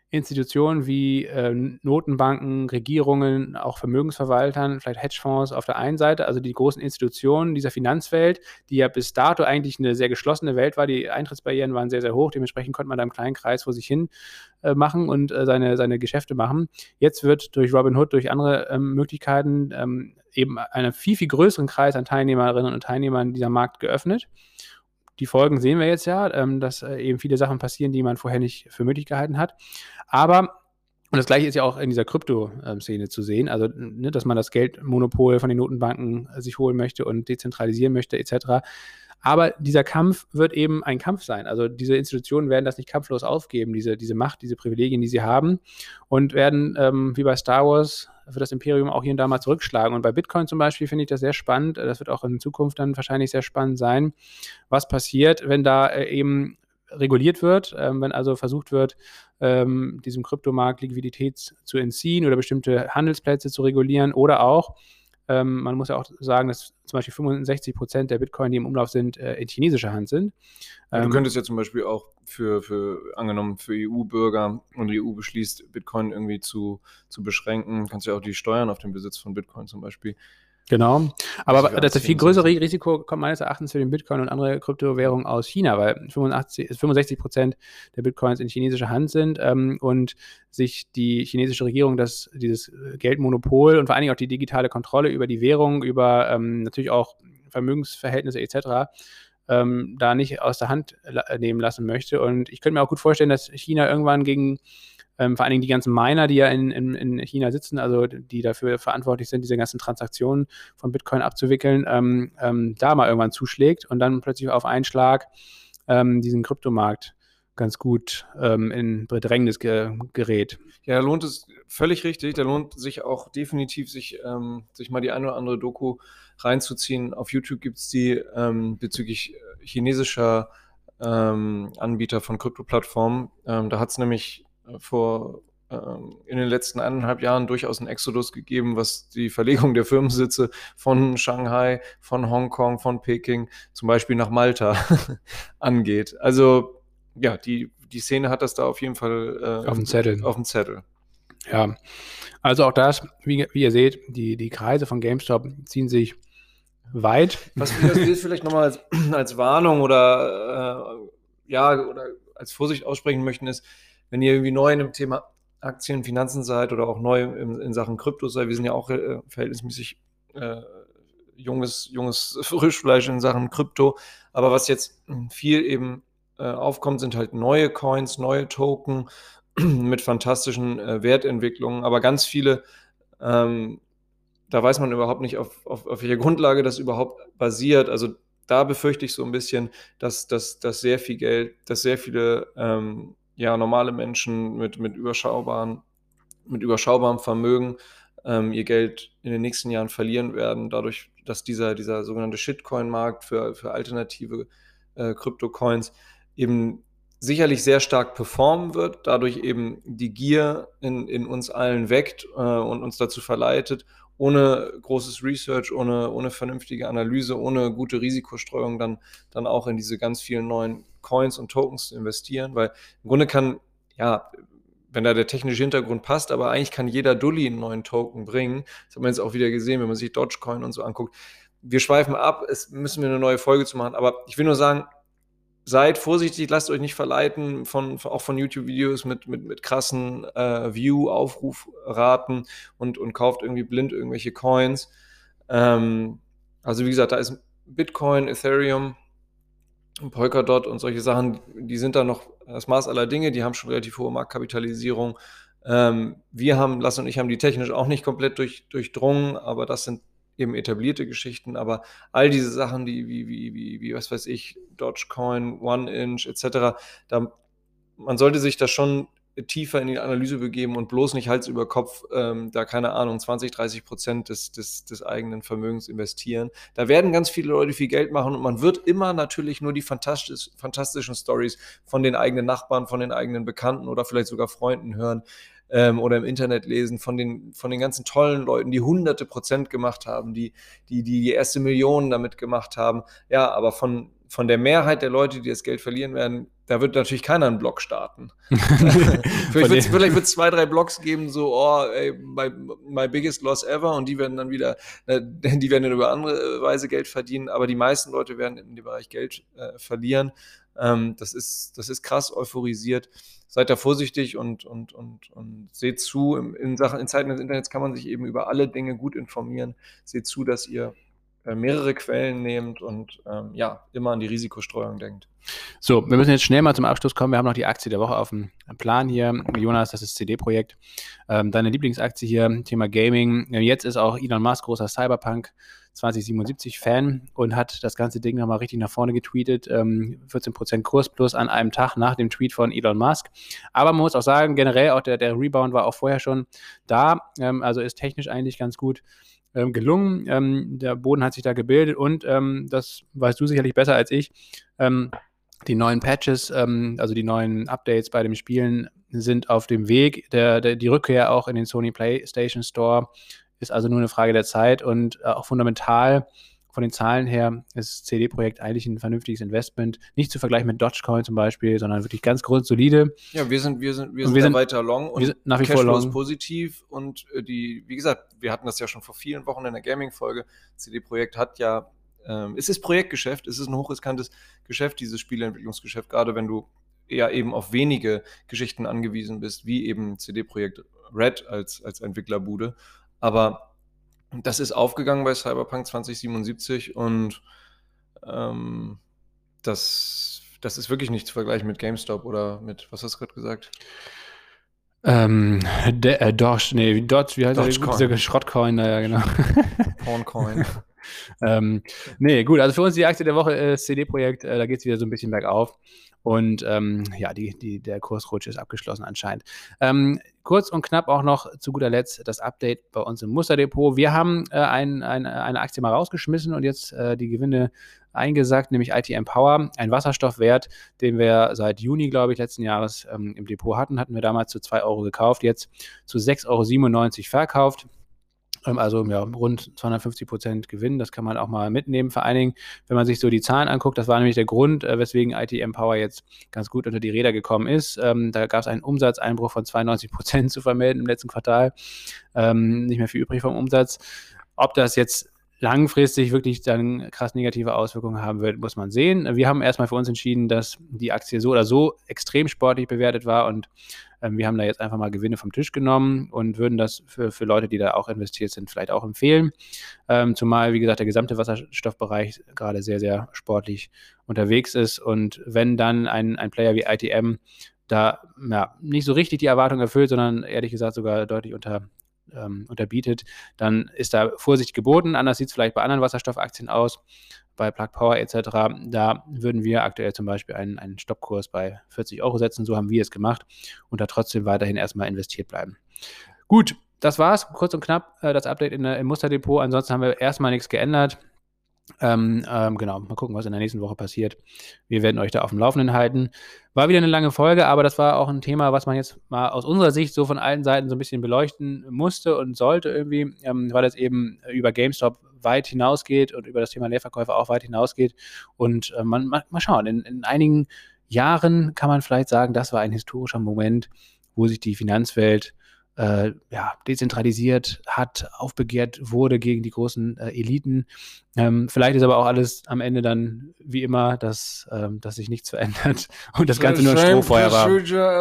Institutionen wie Notenbanken, Regierungen, auch Vermögensverwaltern, vielleicht Hedgefonds auf der einen Seite, also die großen Institutionen dieser Finanzwelt, die ja bis dato eigentlich eine sehr geschlossene Welt war. Die Eintrittsbarrieren waren sehr, sehr hoch. Dementsprechend konnte man da im kleinen Kreis vor sich hin machen und seine Geschäfte machen. Jetzt wird durch Robinhood, durch andere Möglichkeiten eben einen viel, viel größeren Kreis an Teilnehmerinnen und Teilnehmern dieser Markt geöffnet. Die Folgen sehen wir jetzt ja, dass eben viele Sachen passieren, die man vorher nicht für möglich gehalten hat. Aber, und das Gleiche ist ja auch in dieser Krypto-Szene zu sehen, also ne, dass man das Geldmonopol von den Notenbanken sich holen möchte und dezentralisieren möchte etc. Aber dieser Kampf wird eben ein Kampf sein. Also diese Institutionen werden das nicht kampflos aufgeben, diese Macht, diese Privilegien, die sie haben, und werden, wie bei Star Wars, für das Imperium auch hier und da mal zurückschlagen. Und bei Bitcoin zum Beispiel finde ich das sehr spannend. Das wird auch in Zukunft dann wahrscheinlich sehr spannend sein, was passiert, wenn da eben reguliert wird, wenn also versucht wird, diesem Kryptomarkt Liquidität zu entziehen oder bestimmte Handelsplätze zu regulieren, oder auch, man muss ja auch sagen, dass zum Beispiel 65% der Bitcoin, die im Umlauf sind, in chinesischer Hand sind. Du könntest ja zum Beispiel auch angenommen für EU-Bürger, und die EU beschließt, Bitcoin irgendwie zu beschränken, kannst du ja auch die Steuern auf den Besitz von Bitcoin zum Beispiel. Genau, aber das viel größere Risiko kommt meines Erachtens für den Bitcoin und andere Kryptowährungen aus China, weil 65% der Bitcoins in chinesischer Hand sind und sich die chinesische Regierung dieses Geldmonopol und vor allen Dingen auch die digitale Kontrolle über die Währung, über natürlich auch Vermögensverhältnisse etc. Da nicht aus der Hand nehmen lassen möchte. Und ich könnte mir auch gut vorstellen, dass China irgendwann gegen vor allen Dingen die ganzen Miner, die ja in China sitzen, also die dafür verantwortlich sind, diese ganzen Transaktionen von Bitcoin abzuwickeln, da mal irgendwann zuschlägt und dann plötzlich auf einen Schlag diesen Kryptomarkt ganz gut in Bedrängnis gerät. Ja, da lohnt es völlig richtig. Da lohnt sich auch definitiv, sich mal die eine oder andere Doku reinzuziehen. Auf YouTube gibt es die bezüglich chinesischer Anbieter von Krypto-Plattformen. Da hat es nämlich in den letzten 1,5 Jahren durchaus einen Exodus gegeben, was die Verlegung der Firmensitze von Shanghai, von Hongkong, von Peking zum Beispiel nach Malta angeht. Also ja, die Szene hat das da auf jeden Fall auf dem Zettel. Auf dem Zettel. Ja, also auch das, wie ihr seht, die Kreise von GameStop ziehen sich weit. Was wir vielleicht nochmal als Warnung oder als Vorsicht aussprechen möchten, ist, wenn ihr irgendwie neu in dem Thema Aktien, Finanzen seid oder auch neu in Sachen Krypto seid, wir sind ja auch verhältnismäßig junges Frischfleisch in Sachen Krypto, aber was jetzt viel eben aufkommt, sind halt neue Coins, neue Token mit fantastischen Wertentwicklungen, aber ganz viele, da weiß man überhaupt nicht, auf welcher Grundlage das überhaupt basiert. Also da befürchte ich so ein bisschen, dass sehr viel Geld, dass sehr viele normale Menschen mit überschaubarem Vermögen ihr Geld in den nächsten Jahren verlieren werden, dadurch, dass dieser sogenannte Shitcoin-Markt für alternative Krypto-Coins eben sicherlich sehr stark performen wird, dadurch eben die Gier in uns allen weckt und uns dazu verleitet, ohne großes Research, ohne vernünftige Analyse, ohne gute Risikostreuung dann auch in diese ganz vielen neuen Coins und Tokens zu investieren, weil im Grunde wenn da der technische Hintergrund passt, aber eigentlich kann jeder Dulli einen neuen Token bringen. Das hat man jetzt auch wieder gesehen, wenn man sich Dogecoin und so anguckt. Wir schweifen ab, es müssen wir eine neue Folge zu machen, aber ich will nur sagen, seid vorsichtig, lasst euch nicht verleiten auch von YouTube-Videos mit krassen View-Aufrufraten und kauft irgendwie blind irgendwelche Coins. Also wie gesagt, da ist Bitcoin, Ethereum, Polkadot und solche Sachen, die sind da noch das Maß aller Dinge, die haben schon relativ hohe Marktkapitalisierung. Lasse und ich haben die technisch auch nicht komplett durchdrungen, aber das sind eben etablierte Geschichten, aber all diese Sachen, die wie was weiß ich, Dogecoin, OneInch etc., man sollte sich da schon tiefer in die Analyse begeben und bloß nicht Hals über Kopf da, keine Ahnung, 20-30% des eigenen Vermögens investieren. Da werden ganz viele Leute viel Geld machen und man wird immer natürlich nur die fantastischen Stories von den eigenen Nachbarn, von den eigenen Bekannten oder vielleicht sogar Freunden hören oder im Internet lesen von den ganzen tollen Leuten, die hunderte Prozent gemacht haben, die erste Millionen damit gemacht haben. Ja, aber von von der Mehrheit der Leute, die das Geld verlieren werden, da wird natürlich keiner einen Blog starten. Vielleicht wird es 2, 3 Blogs geben, so, my biggest loss ever, und die werden dann wieder, die werden dann über andere Weise Geld verdienen, aber die meisten Leute werden in dem Bereich Geld verlieren. Das ist krass euphorisiert. Seid da vorsichtig und seht zu. In Zeiten des Internets kann man sich eben über alle Dinge gut informieren. Seht zu, dass ihr mehrere Quellen nehmt und immer an die Risikostreuung denkt. So, wir müssen jetzt schnell mal zum Abschluss kommen. Wir haben noch die Aktie der Woche auf dem Plan hier. Jonas, das ist CD-Projekt. Deine Lieblingsaktie hier, Thema Gaming. Jetzt ist auch Elon Musk großer Cyberpunk 2077-Fan und hat das ganze Ding nochmal richtig nach vorne getweetet. 14% Kurs plus an einem Tag nach dem Tweet von Elon Musk. Aber man muss auch sagen, generell auch der Rebound war auch vorher schon da. Also ist technisch eigentlich ganz gut gelungen. Der Boden hat sich da gebildet und das weißt du sicherlich besser als ich. Die neuen Patches, also die neuen Updates bei den Spielen sind auf dem Weg. Die Rückkehr auch in den Sony PlayStation Store ist also nur eine Frage der Zeit und auch fundamental von den Zahlen her ist CD-Projekt eigentlich ein vernünftiges Investment. Nicht zu vergleichen mit Dogecoin zum Beispiel, sondern wirklich ganz grundsolide. Ja, wir sind da weiter long und nach wie vor Cashflow long. Ist positiv und wie gesagt, wir hatten das ja schon vor vielen Wochen in der Gaming-Folge. CD-Projekt hat ja, es ist Projektgeschäft, es ist ein hochriskantes Geschäft, dieses Spieleentwicklungsgeschäft, gerade wenn du ja eben auf wenige Geschichten angewiesen bist, wie eben CD-Projekt Red als Entwicklerbude. Aber das ist aufgegangen bei Cyberpunk 2077 und das ist wirklich nicht zu vergleichen mit GameStop oder mit, was hast du gerade gesagt? Wie heißt der Schrottcoin, naja, genau. Porncoin. Gut, also für uns die Aktie der Woche ist CD-Projekt, da geht es wieder so ein bisschen bergauf und der Kursrutsch ist abgeschlossen anscheinend. Kurz und knapp auch noch zu guter Letzt das Update bei uns im Musterdepot. Wir haben eine Aktie mal rausgeschmissen und jetzt die Gewinne eingesackt, nämlich ITM Power, ein Wasserstoffwert, den wir seit Juni, glaube ich, letzten Jahres im Depot hatten wir damals zu 2 Euro gekauft, jetzt zu 6,97 Euro verkauft. Also rund 250% Gewinn, das kann man auch mal mitnehmen. Vor allen Dingen, wenn man sich so die Zahlen anguckt, das war nämlich der Grund, weswegen ITM Power jetzt ganz gut unter die Räder gekommen ist. Da gab es einen Umsatzeinbruch von 92% zu vermelden im letzten Quartal. Nicht mehr viel übrig vom Umsatz. Ob das jetzt langfristig wirklich dann krass negative Auswirkungen haben wird, muss man sehen. Wir haben erstmal für uns entschieden, dass die Aktie so oder so extrem sportlich bewertet war und wir haben da jetzt einfach mal Gewinne vom Tisch genommen und würden das für Leute, die da auch investiert sind, vielleicht auch empfehlen. Zumal, wie gesagt, der gesamte Wasserstoffbereich gerade sehr, sehr sportlich unterwegs ist und wenn dann ein Player wie ITM da nicht so richtig die Erwartung erfüllt, sondern ehrlich gesagt sogar deutlich unterbietet, dann ist da Vorsicht geboten. Anders sieht es vielleicht bei anderen Wasserstoffaktien aus, bei Plug Power etc. Da würden wir aktuell zum Beispiel einen Stoppkurs bei 40 Euro setzen. So haben wir es gemacht und da trotzdem weiterhin erstmal investiert bleiben. Gut, das war's. Kurz und knapp das Update im Musterdepot. Ansonsten haben wir erstmal nichts geändert. Genau, mal gucken, was in der nächsten Woche passiert. Wir werden euch da auf dem Laufenden halten. War wieder eine lange Folge, aber das war auch ein Thema, was man jetzt mal aus unserer Sicht so von allen Seiten so ein bisschen beleuchten musste und sollte irgendwie, weil es eben über GameStop weit hinausgeht und über das Thema Leerverkäufe auch weit hinausgeht. Und mal schauen, in einigen Jahren kann man vielleicht sagen, das war ein historischer Moment, wo sich die Finanzwelt dezentralisiert hat, aufbegehrt wurde gegen die großen Eliten. Vielleicht ist aber auch alles am Ende dann wie immer, dass sich nichts verändert und das Ganze nur ein Strohfeuer war.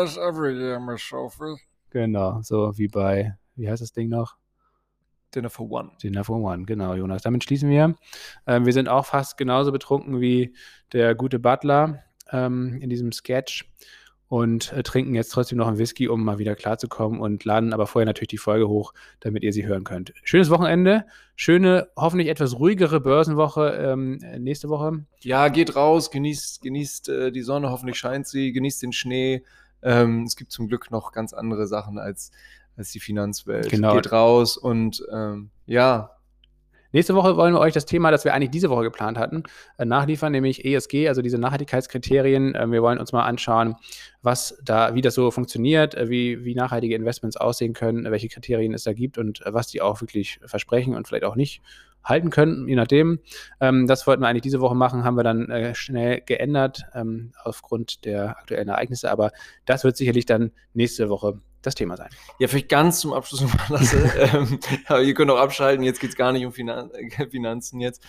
Genau, so wie bei, wie heißt das Ding noch? Dinner for One. Dinner for One, genau, Jonas. Damit schließen wir. Wir sind auch fast genauso betrunken wie der gute Butler in diesem Sketch. Und trinken jetzt trotzdem noch einen Whisky, um mal wieder klarzukommen und laden aber vorher natürlich die Folge hoch, damit ihr sie hören könnt. Schönes Wochenende, schöne, hoffentlich etwas ruhigere Börsenwoche nächste Woche. Ja, geht raus, genießt die Sonne, hoffentlich scheint sie, genießt den Schnee. Es gibt zum Glück noch ganz andere Sachen als die Finanzwelt. Genau. Geht raus und Nächste Woche wollen wir euch das Thema, das wir eigentlich diese Woche geplant hatten, nachliefern, nämlich ESG, also diese Nachhaltigkeitskriterien. Wir wollen uns mal anschauen, wie das so funktioniert, wie nachhaltige Investments aussehen können, welche Kriterien es da gibt und was die auch wirklich versprechen und vielleicht auch nicht halten können, je nachdem. Das wollten wir eigentlich diese Woche machen, haben wir dann schnell geändert aufgrund der aktuellen Ereignisse, aber das wird sicherlich dann nächste Woche das Thema sein. Ja, vielleicht ganz zum Abschluss nochmal, Lasse. Aber ihr könnt auch abschalten, jetzt geht es gar nicht um Finanzen jetzt.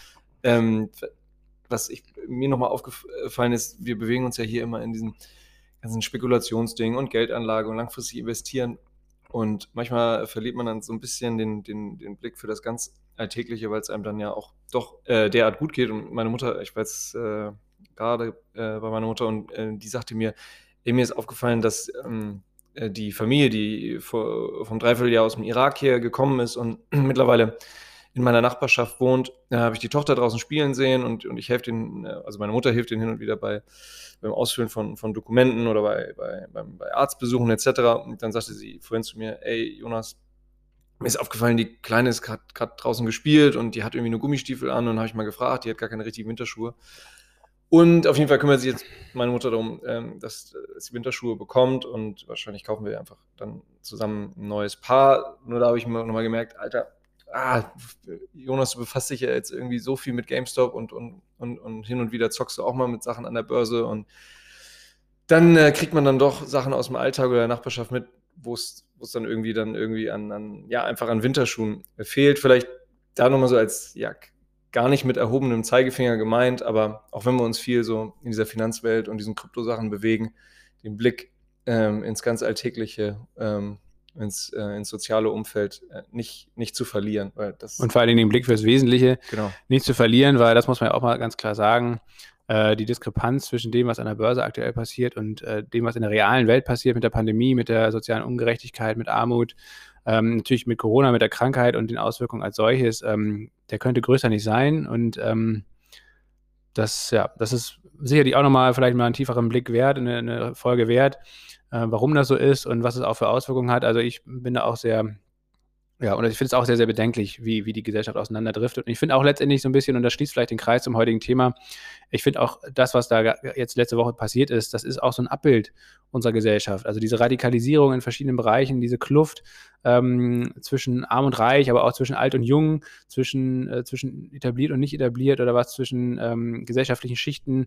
Was mir nochmal aufgefallen ist, wir bewegen uns ja hier immer in diesen ganzen Spekulationsdingen und Geldanlage und langfristig investieren. Und manchmal verliert man dann so ein bisschen den Blick für das ganz Alltägliche, weil es einem dann ja auch doch derart gut geht. Und meine Mutter, ich war jetzt gerade bei meiner Mutter und die sagte mir, mir ist aufgefallen, dass die Familie, die vom Dreivierteljahr aus dem Irak hier gekommen ist und mittlerweile in meiner Nachbarschaft wohnt, habe ich die Tochter draußen spielen sehen und ich helfe denen, also meine Mutter hilft denen hin und wieder beim Ausfüllen von Dokumenten oder bei Arztbesuchen etc. Und dann sagte sie vorhin zu mir, ey Jonas, mir ist aufgefallen, die Kleine ist gerade draußen gespielt und die hat irgendwie nur Gummistiefel an und habe ich mal gefragt, die hat gar keine richtigen Winterschuhe. Und auf jeden Fall kümmert sich jetzt meine Mutter darum, dass sie Winterschuhe bekommt und wahrscheinlich kaufen wir einfach dann zusammen ein neues Paar. Nur da habe ich mir nochmal gemerkt, Alter, Jonas, du befasst dich ja jetzt irgendwie so viel mit GameStop und hin und wieder zockst du auch mal mit Sachen an der Börse und dann kriegt man dann doch Sachen aus dem Alltag oder der Nachbarschaft mit, wo es dann irgendwie einfach an Winterschuhen fehlt. Vielleicht da nochmal so als, gar nicht mit erhobenem Zeigefinger gemeint, aber auch wenn wir uns viel so in dieser Finanzwelt und diesen Kryptosachen bewegen, den Blick ins ganz Alltägliche, ins soziale Umfeld nicht zu verlieren. Und vor allen Dingen den Blick fürs Wesentliche nicht zu verlieren, weil das muss man ja auch mal ganz klar sagen, die Diskrepanz zwischen dem, was an der Börse aktuell passiert und dem, was in der realen Welt passiert mit der Pandemie, mit der sozialen Ungerechtigkeit, mit Armut, natürlich mit Corona, mit der Krankheit und den Auswirkungen als solches, der könnte größer nicht sein. Und das ist sicherlich auch nochmal vielleicht mal einen tieferen Blick wert, eine Folge wert, warum das so ist und was es auch für Auswirkungen hat. Also ich bin da auch sehr, und ich finde es auch sehr, sehr bedenklich, wie die Gesellschaft auseinanderdriftet. Und ich finde auch letztendlich so ein bisschen, und das schließt vielleicht den Kreis zum heutigen Thema, ich finde auch das, was da jetzt letzte Woche passiert ist, das ist auch so ein Abbild unserer Gesellschaft. Also diese Radikalisierung in verschiedenen Bereichen, diese Kluft zwischen Arm und Reich, aber auch zwischen Alt und Jung, zwischen etabliert und nicht etabliert oder was zwischen gesellschaftlichen Schichten,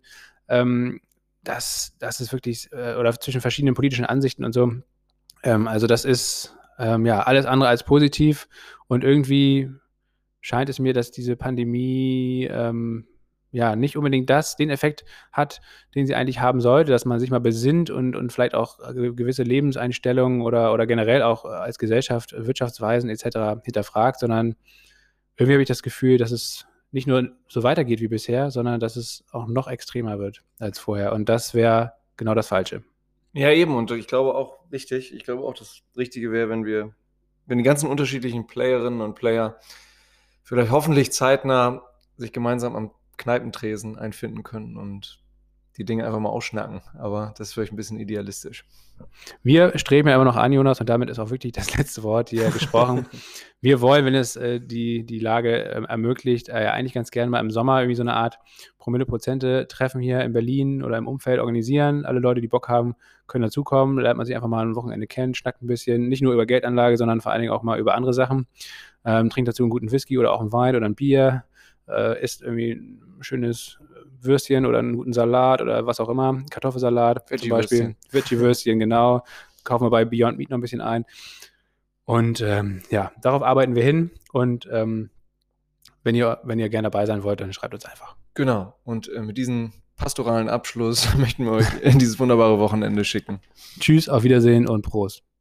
das ist wirklich, oder zwischen verschiedenen politischen Ansichten und so. Also das ist alles andere als positiv und irgendwie scheint es mir, dass diese Pandemie nicht unbedingt den Effekt hat, den sie eigentlich haben sollte, dass man sich mal besinnt und vielleicht auch gewisse Lebenseinstellungen oder generell auch als Gesellschaft Wirtschaftsweisen etc. hinterfragt, sondern irgendwie habe ich das Gefühl, dass es nicht nur so weitergeht wie bisher, sondern dass es auch noch extremer wird als vorher und das wäre genau das Falsche. Ja, eben. Und ich glaube auch das Richtige wäre, wenn die ganzen unterschiedlichen Playerinnen und Player vielleicht hoffentlich zeitnah sich gemeinsam am Kneipentresen einfinden können und die Dinge einfach mal ausschnacken. Aber das ist vielleicht ein bisschen idealistisch. Wir streben ja immer noch an, Jonas, und damit ist auch wirklich das letzte Wort hier gesprochen. Wir wollen, wenn es die Lage ermöglicht, eigentlich ganz gerne mal im Sommer irgendwie so eine Art Promille-Prozente-Treffen hier in Berlin oder im Umfeld organisieren. Alle Leute, die Bock haben, können dazukommen. Da lernt man sich einfach mal ein Wochenende kennen, schnackt ein bisschen, nicht nur über Geldanlage, sondern vor allen Dingen auch mal über andere Sachen. Trinkt dazu einen guten Whisky oder auch einen Wein oder ein Bier. Isst irgendwie ein schönes Würstchen oder einen guten Salat oder was auch immer, Kartoffelsalat zum Beispiel, Veggie-Würstchen, genau, kaufen wir bei Beyond Meat noch ein bisschen ein und darauf arbeiten wir hin und wenn ihr gerne dabei sein wollt, dann schreibt uns einfach. Genau, und mit diesem pastoralen Abschluss möchten wir euch in dieses wunderbare Wochenende schicken. Tschüss, auf Wiedersehen und Prost.